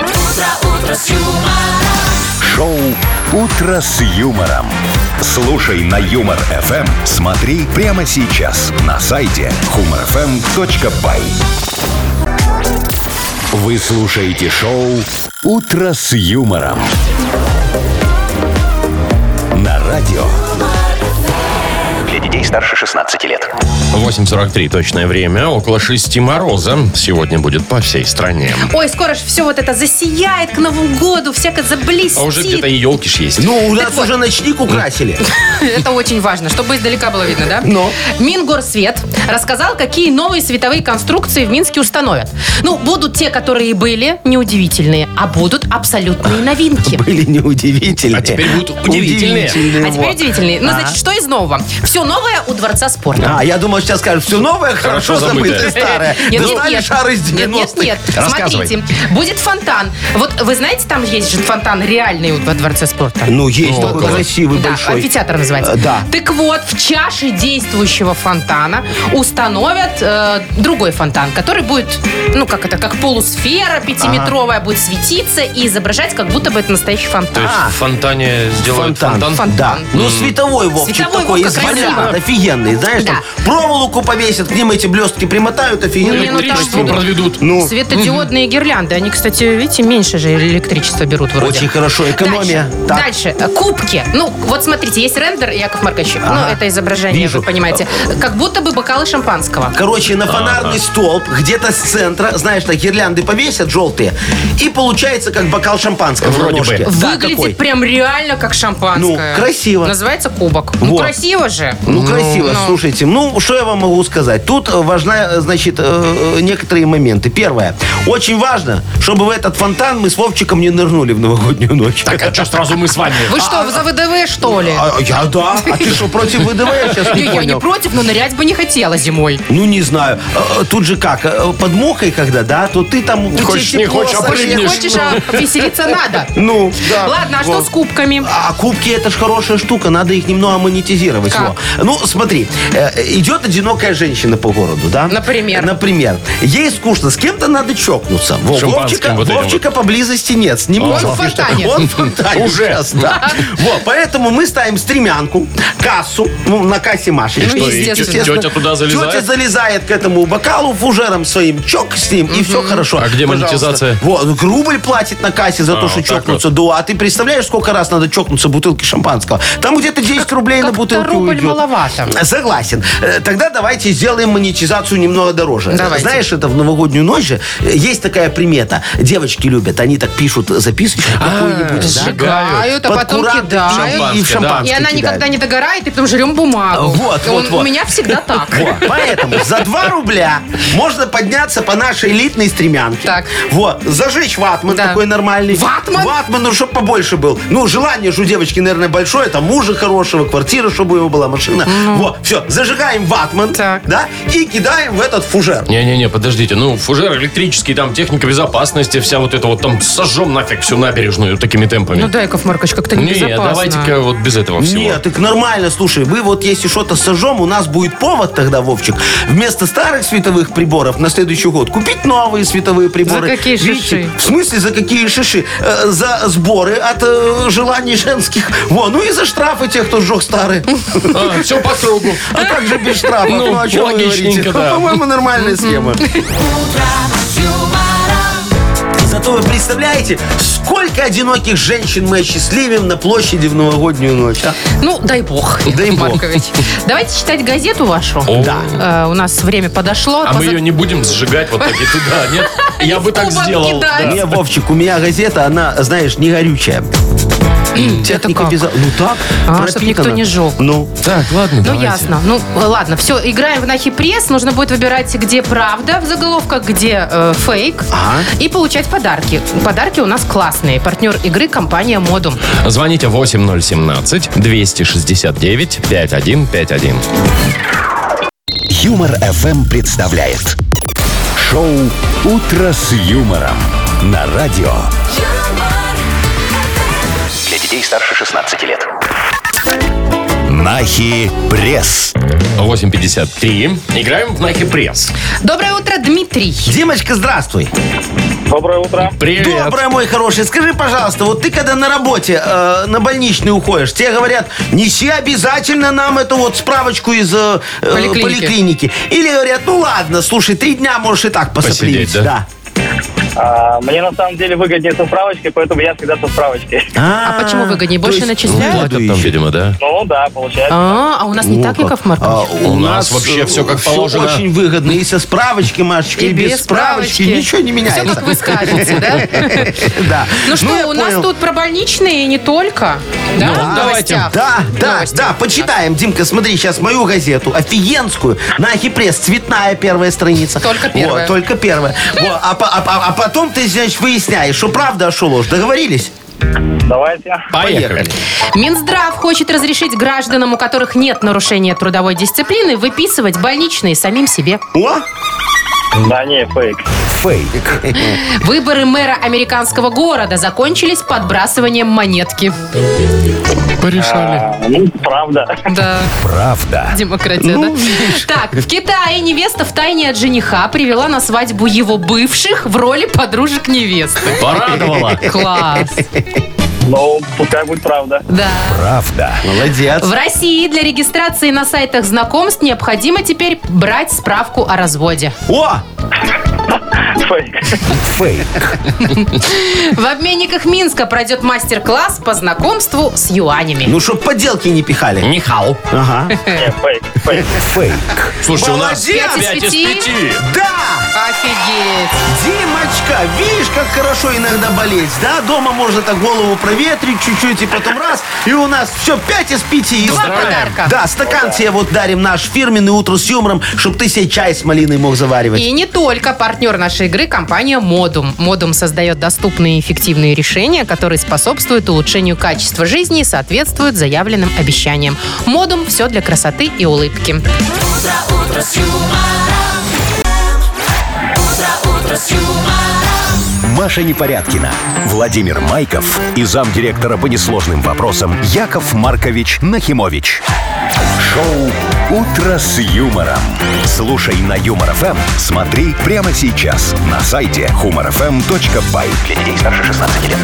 Шоу «Утро с юмором». Слушай на Юмор ФМ. Смотри прямо сейчас на сайте humorfm.by. Вы слушаете шоу «Утро с юмором» на радио. Для детей старше 16 лет. 8:43 точное время. Около 6 мороза сегодня будет по всей стране. Ой, скоро же все вот это засияет к Новому году, всякое заблестит. А уже где-то и елки ж есть. Ну, у нас уже ночник украсили. Это очень важно, чтобы издалека было видно, да? Но. Мингорсвет рассказал, какие новые световые конструкции в Минске установят. Ну, будут те, которые и были, неудивительные, а будут абсолютные новинки. Были неудивительные. А теперь будут удивительные. А теперь удивительные. Ну, значит, что из нового? Все новое у Дворца спорта. А, я думал, сейчас скажут, все новое, хорошо забытое, старое. Достали шары из 90-х. Нет. Рассказывай. Смотрите, будет фонтан. Вот вы знаете, там есть же фонтан реальный во Дворце спорта. Ну, есть такой около. красивый, Да, большой. амфитеатр называется. Да. Так вот, в чаше действующего фонтана установят другой фонтан, который будет, ну, как полусфера 5-метровая, будет светиться и изображать, как будто бы это настоящий фонтан. То есть в фонтане сделают фонтан? Фонтан. Да. Ну, световой, Вовчик, Световой, такой Вовка, из красиво. вариант, офигенный. Знаешь, Да. там проволоку повесят, к ним эти блестки примотают, офигенно. Не, ну, там Электричество будут. проведут. Ну, Светодиодные гирлянды. Они, кстати, видите, меньше же электричества берут вроде. очень хорошо, экономия. Так. Дальше. Кубки. Ну, вот смотрите, есть рендер, Яков Маркович. Ну, это изображение, Вижу. вы понимаете. Как будто бы бокалы шампанского. Короче, на фонарный столб, где-то с центра, знаешь, так гирлянды повесят желтые, и получается как бокал шампанского на Вроде бы. ножке. Да, Выглядит такой. прям реально как шампанское. Ну, красиво. Называется кубок. Ну, Вот. красиво же. Ну, красиво, слушайте. Ну, что я вам могу сказать? Тут важны, значит, некоторые моменты. Первое. Очень важно, чтобы в этот фонтан мы с Вовчиком не нырнули в новогоднюю ночь. Так, а что сразу мы с вами? Вы что, за ВДВ, что ли? Я да. А ты что, против ВДВ? Я сейчас не Я не понял. против, но нырять бы не хотела зимой. Ну, не знаю. Тут же как, под мухой когда, да, то ты там... Хочешь, тебе не тепло, хочешь, а согреешь. Не прыгнешь. хочешь, а веселиться надо. Ну, да. Ладно, а что Вот. с кубками? А кубки это ж хорошая штука, надо их немного монетизировать. Как? Во. Ну, смотри, идет одинокая женщина по городу, да? Например? Например. Ей скучно, с кем-то надо чокнуться. Шампанским вот этим Вовчика поблизости нет, с ним Он не в чокнешься. фонтане. Он в фонтане Уже. сейчас, да. Вот, поэтому мы ставим стремянку, кассу, ну, на кассе Машечки. Ну, естественно. Тетя туда залезает? Тетя залезает к этому бокалу фужером своим, чок с ним, и все хорошо. А где Пожалуйста. монетизация? Вот, рубль платит на кассе за то, что вот так чокнуться. Да, а ты представляешь, сколько раз надо чокнуться бутылки шампанского? Там где-то 10 рублей на Как-то бутылку рубль уйдет. маловато. Согласен. Тогда давайте сделаем монетизацию немного дороже. Давайте. Знаешь, это в новогоднюю ночь же есть такая примета. Девочки любят, они так пишут записочку какую-нибудь, да? Сжигают, а Под потом куранты кидают. и в шампанское И она кидают. никогда не догорает, и потом жрем бумагу. Вот. У меня всегда так. Вот, поэтому за 2 рубля можно подняться по нашей элитной стремянке. Так. Вот, зажечь ватман Да. такой нормальный. Ватман? Ватман, ну, чтобы побольше был. Ну, желание же у девочки, наверное, большое. Там мужа хорошего, квартира, чтобы у него была машина. Вот, все, зажигаем ватман, Так. да, и кидаем в этот фужер. Не-не-не, подождите. Ну, фужер электрический, там техника безопасности, вся вот это вот, там сожжем нафиг всю набережную такими темпами. Ну да, Яков Маркович, как-то Не, небезопасно. давайте-ка вот без этого всего. Нет, так нормально, слушай, вы вот если что-то сожжем, у нас будет повод тогда, Вовчик, вместо старых световых приборов на следующий год купить новые световые приборы. За какие Видите? шиши? В смысле, за какие шиши? За сборы от желаний женских. Во, ну и за штрафы тех, кто сжег старые. Все по кругу. А как же без штрафов? Ну, Ну, о чем вы логичненько, говорите? да. По-моему, нормальная схема. Зато вы представляете, сколько одиноких женщин мы осчастливим на площади в новогоднюю ночь. А? Ну, дай бог, Дай бог. Маркович. Давайте читать газету вашу. Да. У нас время подошло. А мы ее не будем сжигать вот так и туда, нет? Я бы так кубок сделал. кидать. да. Не, Вовчик, у меня газета, она, знаешь, не горючая. Техника как? Ну так, А, чтоб никто не жег. Ну, Так, ладно, Ну, давайте. ясно. Ну, ладно, все, играем в Нахи Пресс. Нужно будет выбирать, где правда в заголовках, где фейк. Ага. И получать подарки. Подарки у нас классные. Партнер игры компания Модум. Звоните 8017-269-5151. Юмор FM представляет шоу Утро с юмором на радио. Для детей старше 16 лет. Нахи Пресс. 8:53. Играем в Нахи Пресс. Доброе утро, Дмитрий. Димочка, здравствуй. Доброе утро. Привет. Доброе, мой хороший. Скажи, пожалуйста, вот ты когда на работе на больничный уходишь, тебе говорят, неси обязательно нам эту вот справочку из поликлиники. Или говорят, ну ладно, слушай, 3 дня можешь и так посоплить. Посидеть, да? Мне на самом деле выгоднее со справочкой, поэтому я всегда со справочкой. А почему выгоднее? Больше то есть начисляют? Платят там, видимо, да? Ну да, получается. А у нас не так, Яков Маркович? У нас вообще все как положено. Очень выгодно. И со справочки, Машечка, и без справочки. Ничего не Все, меняется. как вы скажете, да? Да. Ну что, я у нас понял. тут про больничные и не только. Да, в давайте. новостях? Да, Новости. почитаем. Димка, смотри, сейчас мою газету, офигенскую, Нахи Пресс, цветная первая страница. Только первая. Вот, только первая. Вот, а потом ты, значит, выясняешь, что правда, а что ложь. Договорились? Давайте. Поехали. Минздрав хочет разрешить гражданам, у которых нет нарушения трудовой дисциплины, выписывать больничные самим себе. О, Да не, фейк. Фейк. Выборы мэра американского города закончились подбрасыванием монетки. Порешали. Ну, правда. Да, Правда. демократия, да? Так, в Китае невеста втайне от жениха привела на свадьбу его бывших в роли подружек невесты. Порадовала. Класс. Ну, пускай будет правда. Да. Правда. молодец. В России для регистрации на сайтах знакомств необходимо теперь брать справку о разводе. О, Фейк. Фейк. В обменниках Минска пройдет мастер-класс по знакомству с юанями. ну чтоб поделки не пихали. Нихау. Ага. Не, фейк. Фейк. Фейк. Слушайте, у нас Молодец. 5 из 5. Да! Офигеть. Димочка, видишь, как хорошо иногда болеть, да? Дома можно так голову проветрить чуть-чуть, и потом раз, и у нас все 5 из 5. И Два подарка. Да, стакан тебе вот дарим наш фирменный «Утро с юмором», чтобы ты себе чай с малиной мог заваривать. И не только. Партнер нашей игры – компания Модум. Модум создает доступные и эффективные решения, которые способствуют улучшению качества жизни и соответствуют заявленным обещаниям. Модум – все для красоты и улыбки. Маша Непорядкина, Владимир Майков и замдиректора по несложным вопросам Яков Маркович Нахимович. Шоу «Утро с юмором». Слушай на Юмор ФМ, смотри прямо сейчас на сайте humorfm.by. Для детей старше 16 лет.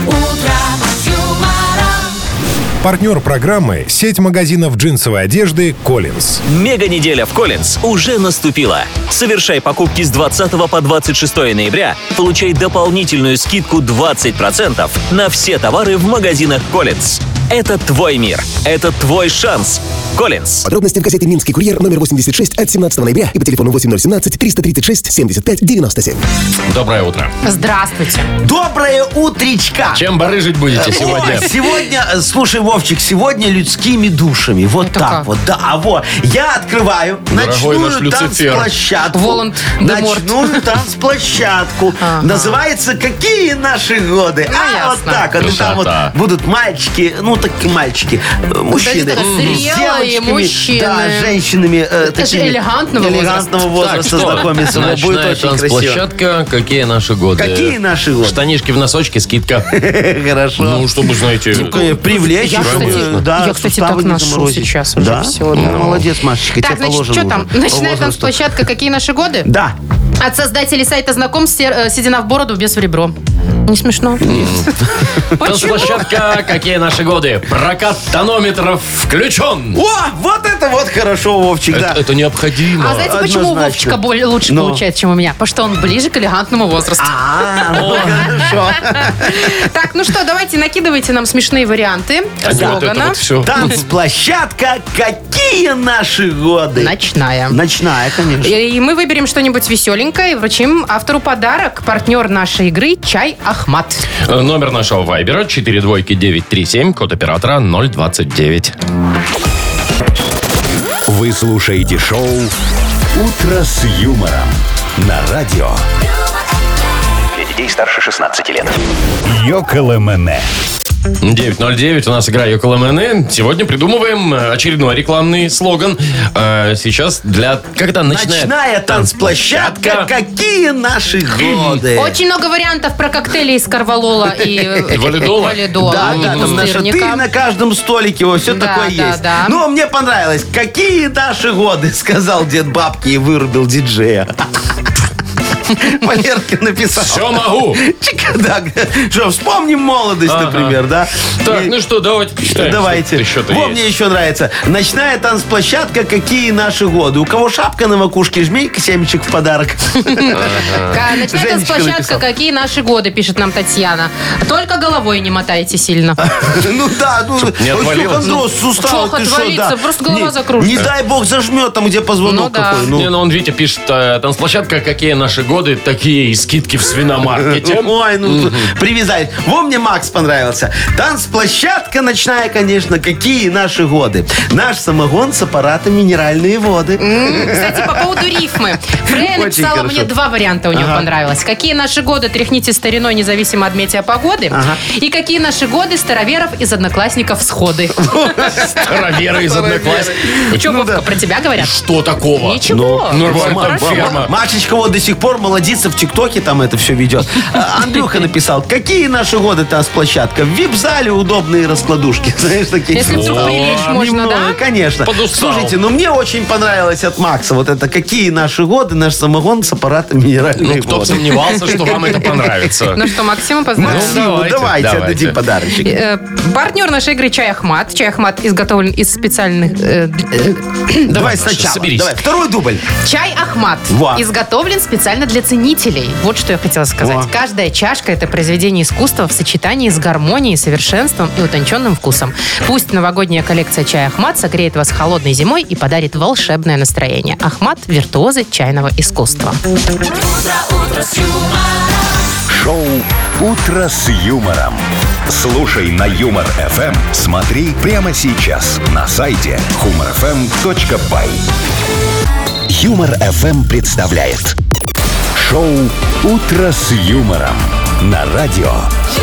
Партнер программы – сеть магазинов джинсовой одежды «Коллинз». Мега-неделя в Коллинз уже наступила. Совершай покупки с 20 по 26 ноября, получай дополнительную скидку 20% на все товары в магазинах Коллинз. Это твой мир. Это твой шанс. Коллинз. Подробности в газете «Минский курьер» номер 86 от 17 ноября и по телефону 8017-336-75-97. Доброе утро. Здравствуйте. Доброе утречка! Чем барыжить будете сегодня? Ой, сегодня, слушай, Вовчик, сегодно людскими душами. Вот Это так как? вот. Да, а вот я открываю Дорогой наш ночную Люцифер. танцплощадку. Волан-де-Морт. Ночную танцплощадку. Ага. Называется «Какие наши годы?». Ну, Вот ясно. так вот. И там вот Красота. будут мальчики, ну такие мальчики, мужчины. такие зрелые с девочками, мужчины. Да, с женщинами. Это же элегантного возраста знакомиться. Вот будет Ночная очень красиво. танцплощадка. Какие наши годы? Какие наши годы? Штанишки в носочке, скидка. Хорошо. Ну, чтобы, знаете... Привлечь, Я, чтобы, кстати, да, я, кстати, суставы так не ношу заморозить. сейчас уже Да? всё, Ну, да. молодец, Машечка, Так, тебе значит, положено что там? уже по Ночная возрасту. танцплощадка «Какие наши годы»? Да. От создателей сайта знакомств «Седина в бороду, без в ребро». Не смешно? Танцплощадка «Какие наши годы». Прокат тонометров включен. О, вот это вот хорошо, Вовчик, да. Это необходимо. А знаете, почему у Вовчика лучше получается, чем у меня? Потому что он ближе к элегантному возрасту. Хорошо. Так, ну что, давайте накидывайте нам смешные варианты слогана. Танцплощадка «Какие наши годы». Ночная. Ночная, конечно. И мы выберем что-нибудь веселенькое и вручим автору подарок. Партнер нашей игры «Чай Ахмат». Номер нашего вайбера 42937, код оператора 029. Вы слушаете шоу «Утро с юмором» на радио. Для детей старше 16 лет. Йоколэмэне. 9:09, у нас игра Йоколэмэне. Сегодня придумываем очередной рекламный слоган. Сейчас для... Когда Ночная танцплощадка «Какие наши годы». Очень много вариантов про коктейли из корвалола и валидола. Да, там наша ты на каждом столике, вот все такое есть. Да. Но мне понравилось. «Какие наши годы», сказал дед бабки и вырубил диджея. Валеркин написал. Все могу. Да, что, вспомним молодость, например, да? Так, ну что, давайте почитаем. Давайте. Во, мне еще нравится. Ночная танцплощадка «Какие наши годы». У кого шапка на макушке, жмейка семечек в подарок. Ночная танцплощадка «Какие наши годы», пишет нам Татьяна. Только головой не мотайте сильно. Ну да, не отвалилось. Фох отвалится, просто голова закружится. Не дай бог зажмет там, где позвонок какой. Не, ну он, Витя, пишет, танцплощадка «Какие наши годы», такие и скидки в свиномаркете. Ой, ну привязали. Во, мне Макс понравился. Танцплощадка ночная, конечно, «Какие наши годы». Наш самогон с аппарата «Минеральные воды». Кстати, по поводу рифмы. Фрея написала мне два варианта, у нее понравилось. «Какие наши годы» тряхните стариной, независимо от метеопогоды. И «Какие наши годы» староверов из одноклассников сходы. Староверы из одноклассников. Че, Вовка, про тебя говорят? Что такого? Ничего. Нормально, ферма. Машечка вот до сих пор молодится в ТикТоке, там это все ведет. Андрюха написал: «Какие наши годы танцплощадка? В вип-зале удобные раскладушки». Знаешь, такие. Если вдруг прилечь можно, да? Конечно. Подустал. Слушайте, ну мне очень понравилось от Макса вот это «Какие наши годы», наш самогон с аппаратом «Минеральные Ну, кто бы воды». сомневался, что вам это понравится. Ну что, Максима поздравляю. Максиму, давайте отдадим подарочек. Партнер нашей игры «Чай Ахмат». Чай Ахмат изготовлен из специальных... Давай сначала. соберись. Давай, второй дубль. Чай Ахмат изготовлен специально для ценителей. Вот что я хотела сказать. Каждая чашка – это произведение искусства в сочетании с гармонией, совершенством и утонченным вкусом. Пусть новогодняя коллекция «Чай Ахмат» согреет вас холодной зимой и подарит волшебное настроение. Ахмат – виртуозы чайного искусства. Шоу «Утро с юмором». Слушай на Юмор ФМ. Смотри прямо сейчас на сайте humorfm.by. Юмор ФМ представляет шоу «Утро с юмором» на радио.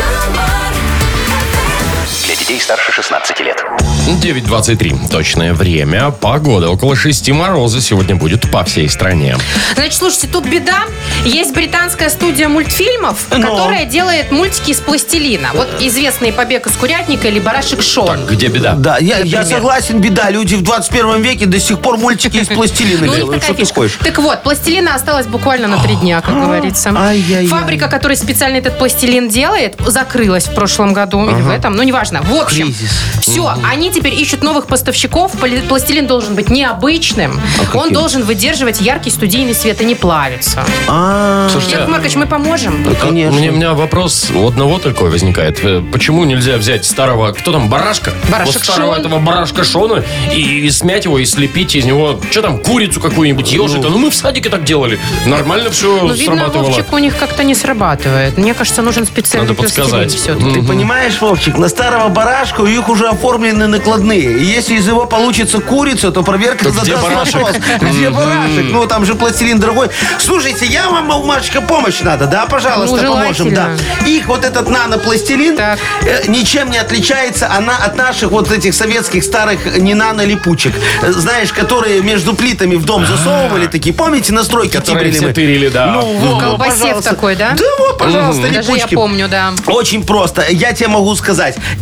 Для детей старше 16 лет. 9:23. Точное время. Погода. Около 6 мороза сегодня будет по всей стране. Значит, слушайте, тут беда. Есть британская студия мультфильмов, которая делает мультики из пластилина. Вот известный «Побег из курятника» или «Барашек Шон». Так, где беда? Да, я согласен, беда. Люди в 21 веке до сих пор мультики из пластилина Ну, у них делают. такая Что ты фишка. хочешь? Так вот, пластилина осталась буквально на 3 дня, как говорится. Ай-яй-яй. Фабрика, которая специально этот пластилин делает, закрылась в прошлом году или в этом, ну, неважно. В общем, Кризис. все, они теперь ищут новых поставщиков. Пластилин должен быть необычным. Он должен выдерживать яркий студийный свет и не плавиться. Слушайте, Яков Маркович, мы поможем? Конечно. у меня вопрос у одного такой возникает. Почему нельзя взять старого, кто там, барашка? Барашек Вот старого Шон. этого барашка Шона и смять его, и слепить из него, что там, курицу какую-нибудь, ежика. Ну, мы в садике так делали. Нормально все Ну, видно, срабатывало. Вовчик, у них как-то не срабатывает. Мне кажется, нужен специальный Надо пластилин подсказать. все-таки. Ты понимаешь, Вовчик, на старого барашка у них уже оформлены накладные. И если из его получится курица, то проверка То где задаст барашек? вопрос. Где барашек? Ну, там же пластилин дорогой. Слушайте, я вам, Машечка, помощь надо, да? Пожалуйста, Ну, поможем. Да. желательно. Их вот этот нанопластилин Так. ничем не отличается от наших вот этих советских старых не нано-липучек. Знаешь, которые между плитами в дом засовывали такие. Помните, настройки Которые тибрили все мы? тырили, да. Ну, во, Колбасев пожалуйста. такой, да? Да, вот, пожалуйста, Даже я липучки. помню, да. Очень просто. Я тебе могу сказать. Им подойдет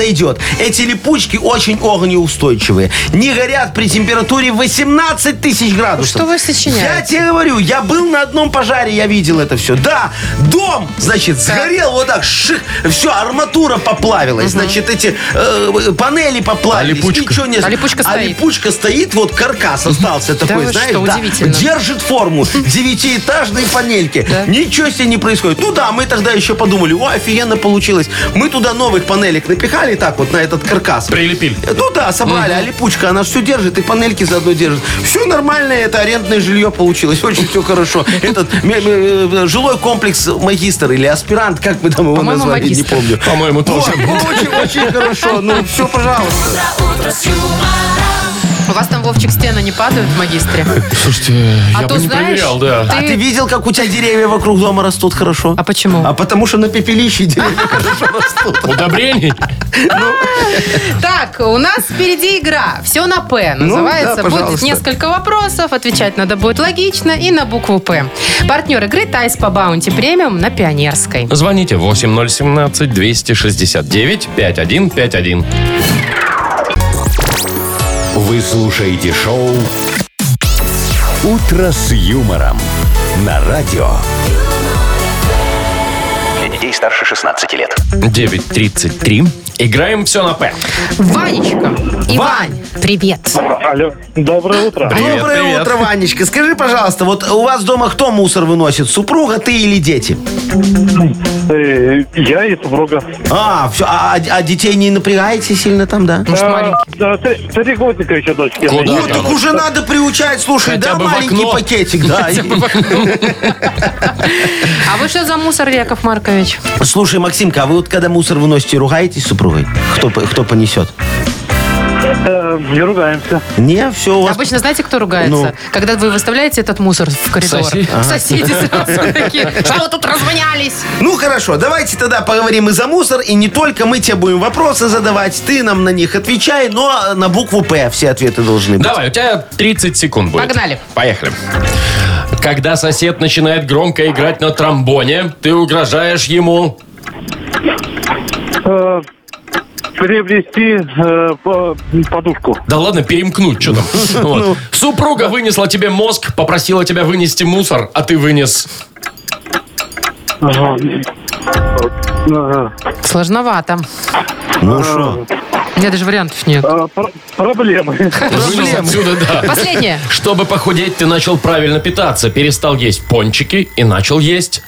подойдет. Эти липучки очень огнеустойчивые. Не горят при температуре 18 тысяч градусов. Что вы сочиняете? Я тебе говорю, я был на одном пожаре, я видел это все. Да, дом, значит, сгорел вот так, все, арматура поплавилась, значит, эти панели поплавились. Ничего не... А липучка стоит. А липучка стоит, вот каркас остался такой, вы знаешь, что, удивительно. держит форму. 9-этажные панельки. Ничего себе не происходит. Ну да, мы тогда еще подумали, офигенно получилось. Мы туда новых панелек напихали так вот на этот каркас. Прилепили. Ну да, собрали, а липучка, она все держит, и панельки заодно держит. Все нормально, это арендное жилье получилось. Очень все хорошо. Этот жилой комплекс магистр или аспирант, как мы там его По-моему, назвали, магистр. не помню. По-моему, тоже. Очень хорошо. Ну, все, пожалуйста. У вас там, Вовчик, стены не падают в магистре? Слушайте, я то бы не знаешь, проверял, да. А ты видел, как у тебя деревья вокруг дома растут хорошо? А почему? А потому что на пепелище деревья хорошо растут. Удобрений? Так, у нас впереди игра. Все на П называется. да, Будет пожалуйста. несколько вопросов. Отвечать надо будет логично и на букву П. Партнер игры Тайс по Баунти Премиум на Пионерской. Звоните 8017-269-5151. Вы слушаете шоу «Утро с юмором» на радио. Для детей старше 16 лет. 9:33. Играем все на П. Ванечка и Вань, привет. Алло, доброе утро. Привет, Доброе привет. утро, Ванечка. Скажи, пожалуйста, вот у вас дома кто мусор выносит? Супруга, ты или дети? Я и супруга. Все. А детей не напрягаете сильно там, да? Может, маленький? Да, 3 годика еще дочки. Куда Ну, там? так уже надо приучать. Слушай, Хотя да, бы в маленький окно. пакетик, да. А вы что за мусор, Яков Маркович? Слушай, Максимка, а вы вот когда мусор выносите, ругаетесь с супругой? Кто понесет? Не ругаемся. Не, все у вас... Обычно знаете, кто ругается? Ну. Когда вы выставляете этот мусор в коридор. Соседи. Соседи сразу такие. Что вы тут развонялись? Ну хорошо, давайте тогда поговорим и за мусор, и не только. Мы тебе будем вопросы задавать, ты нам на них отвечай, но на букву П все ответы должны быть. Давай, у тебя 30 секунд будет. Погнали. Поехали. Когда сосед начинает громко играть на тромбоне, ты угрожаешь ему... Приобрести подушку. Да ладно, перемкнуть, что там. Вот. Супруга вынесла тебе мозг, попросила тебя вынести мусор, а ты вынес... Сложновато. Ну что? У меня даже вариантов нет. Проблемы. Вынес отсюда, да. Последнее. Чтобы похудеть, ты начал правильно питаться, перестал есть пончики и начал есть...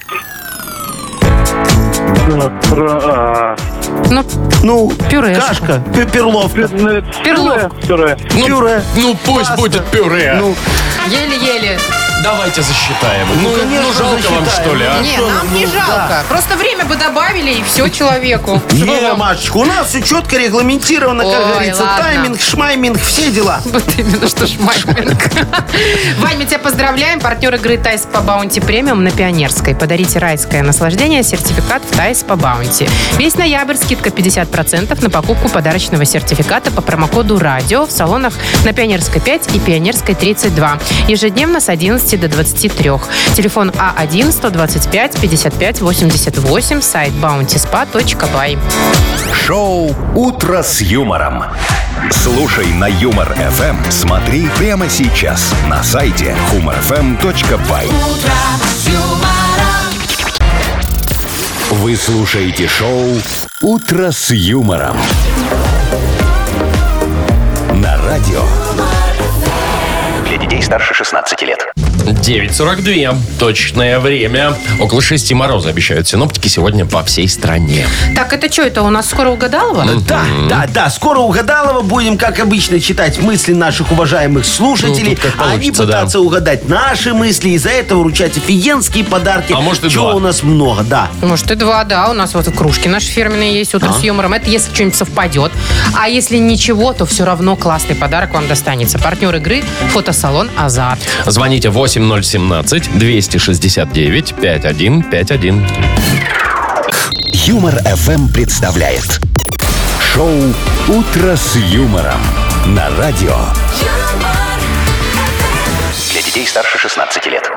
Ну, Ну, пюрешку. кашка, перловка, Перловку. пюре. Ну, пусть будет пюре. Ну, Еле-еле. Давайте засчитаем. Ну, конечно, жалко вам, засчитаем. что ли, а? Не, нам не жалко. Просто время бы добавили, и все человеку. Что не, вам? Машечка, у нас все четко регламентировано, как Ой, говорится. ладно. Тайминг, шмайминг, все дела. Вот именно, что шмайпинг. Вань, мы тебя поздравляем. Партнер игры Тайс по Баунти Премиум на Пионерской. Подарите райское наслаждение, сертификат в Тайс по Баунти. Весь ноябрь скидка 50% на покупку подарочного сертификата по промокоду «Радио» в салонах на Пионерской 5 и Пионерской 32. Ежедневно с 11 до 23. Телефон А1-125-55-88, сайт bountyspa.by. Шоу «Утро с юмором». Слушай на Юмор ФМ. Смотри прямо сейчас на сайте humorfm.by. Вы слушаете шоу «Утро с юмором» на радио. Для детей старше 16 лет. 9:42. Точное время. Около 6 мороза обещают синоптики сегодня по всей стране. Так, это что, это у нас скоро угадалово? Да. Скоро угадалово будем, как обычно, читать мысли наших уважаемых слушателей. Ну, тут как а они получится, да. пытаться угадать наши мысли и за это вручать офигенские подарки. А может и Чего 2. у нас много, да. Может, и 2, да. У нас вот и кружки наши фирменные есть, утро с юмором. Это если что-нибудь совпадет. А если ничего, то все равно классный подарок вам достанется. Партнер игры – фотосалон «Азарт». Звоните 8017-269-5151. Юмор ФМ представляет шоу «Утро с юмором» на радио. Для детей старше 16 лет.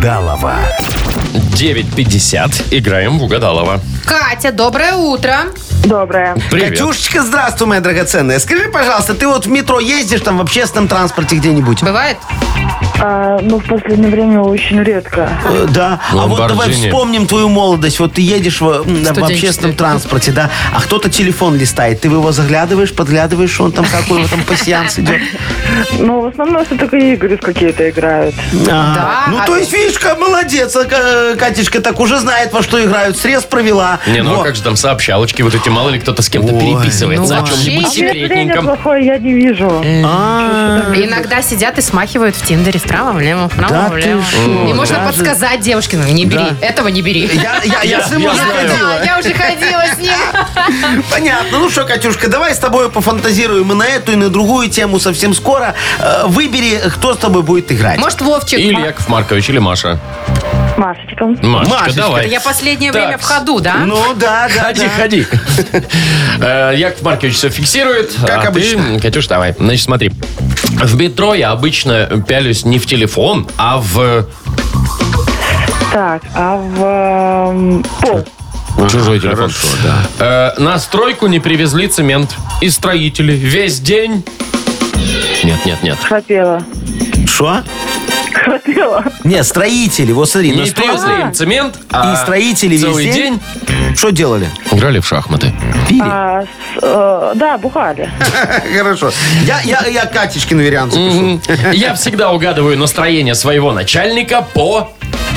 Угадалова. 9:50. Играем в Угадалова. Катя, доброе утро. Доброе. Привет. Катюшечка, здравствуй, моя драгоценная. Скажи, пожалуйста, ты вот в метро ездишь, там в общественном транспорте где-нибудь? Бывает? В последнее время очень редко. Да. Ну, А вот давай Lamborghini. вспомним твою молодость. Вот ты едешь в общественном транспорте, да, а кто-то телефон листает. Ты в его заглядываешь, подглядываешь, что он там, какой его там пассианс идет. В основном все-таки игры какие-то играют. Да. Ну, то есть, видишь, молодец. Катюшка так уже знает, во что играют. Срез провела. Не, ну а Вот. как же там сообщалочки, вот эти, мало ли кто-то с кем-то Ой, переписывается ну о чем-нибудь вообще Зрение секретненьком. плохое я не вижу. Иногда сидят и смахивают в Тиндере вправо-влево, Да вправо-влево. ты шо, И можно даже- подсказать девушке, ну не бери, этого не бери. Я с ним уже знаю. ходила. Я уже ходила с ним. Понятно. Ну что, Катюшка, давай с тобой пофантазируем и на эту, и на другую тему совсем скоро. Выбери, кто с тобой будет играть. Может, Вовчик? Или Яков Маркович, или Маша. Машечком. Машечка, Машечка. давай. Я последнее Так. время в ходу, да? Ну да. Ходи. Яков Маркович все фиксирует. Как а обычно. Ты, Катюш, давай. Значит, смотри. В метро я обычно пялюсь не в телефон, а в Так, в пол. чужой телефон. Хорошо, да. На стройку не привезли цемент. И строители весь день... Нет. Храпела. Что? Храпела. Не, строители. Вот смотри, на Не стройку. привезли им цемент, а И строители весь целый день? Что делали? играли в шахматы. Пили. Да, бухали. Хорошо. Я Катечкин вариант запишу. Я всегда угадываю настроение своего начальника по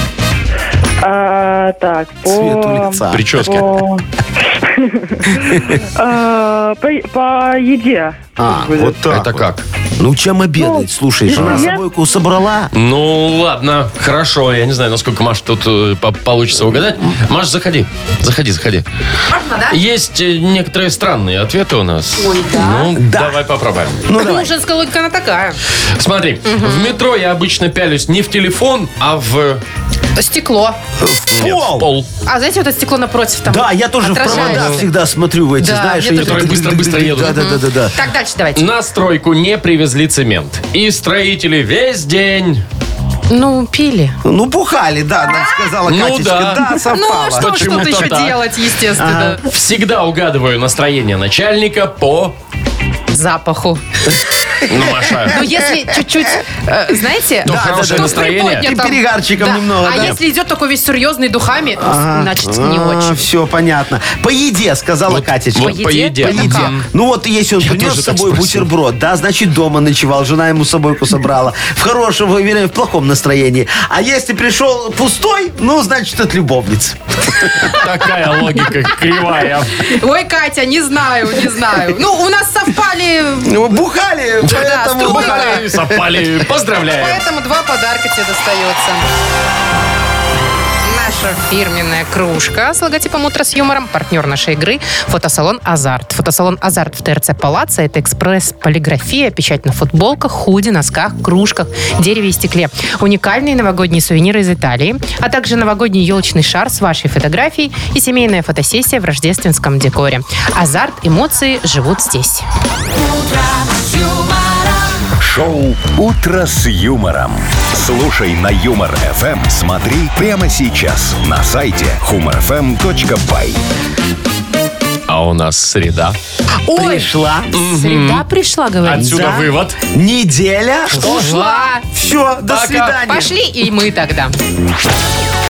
Так, Цвету лица. прическе. По еде. Вот так. Это как? Ну, чем обедать? Слушай, жена я- собойку собрала. Ну, ладно, хорошо. Я не знаю, насколько Маша тут получится угадать. Маш, заходи. Заходи. Можно, да? Есть некоторые странные ответы у нас. Ой, да. Ну, давай попробуем. Ну, женская логика, она такая. Смотри, в метро я обычно пялюсь не в телефон, а в Стекло. нет, в пол. А знаете, вот это стекло напротив там Да, я тоже в отражается. провода всегда смотрю в эти, Да, знаешь, мне они тоже. так Быстро-быстро едут. Да. Так, дальше давайте. На стройку не привезли цемент. И строители весь день... Ну, пили. Ну, бухали, да, нам сказала Ну, Катечка. да. Да, Ну, совпало. а что ж Почему-то тут еще так. делать, естественно? Всегда угадываю настроение начальника по... Запаху. Ну, Маша. Ну, если чуть-чуть, знаете, То хорошее то настроение. приподнято. И перегарчиком немного, А да. если идет такой весь серьезный духами, значит, не очень. Все, понятно. По еде, сказала Катечка. Вот по еде. По еде. Как? Ну вот, если он принес тоже с так собой спросил. бутерброд, да, значит, дома ночевал, жена ему собойку собрала. В хорошем, или в плохом настроении. А если пришел пустой, ну, значит, от любовницы. Такая логика кривая. Ой, Катя, не знаю. Ну, у нас совпали, Ну, бухали, поэтому... стройка. Бухали, совпали. Поздравляем. поэтому 2 подарка тебе достается. Наша фирменная кружка с логотипом «Утро с юмором». Партнер нашей игры – фотосалон «Азарт». Фотосалон «Азарт» в ТРЦ «Палаццо» – это экспресс-полиграфия, печать на футболках, худи, носках, кружках, дереве и стекле. Уникальные новогодние сувениры из Италии, а также новогодний елочный шар с вашей фотографией и семейная фотосессия в рождественском декоре. «Азарт», эмоции живут здесь. Шоу «Утро с юмором». Слушай на Юмор ФМ. Смотри прямо сейчас на сайте humorfm.by. А у нас среда. Ой, Пришла. среда пришла, говорит. Отсюда вывод. Неделя. Ушла. Все, до Пока. свидания. Пошли и мы тогда.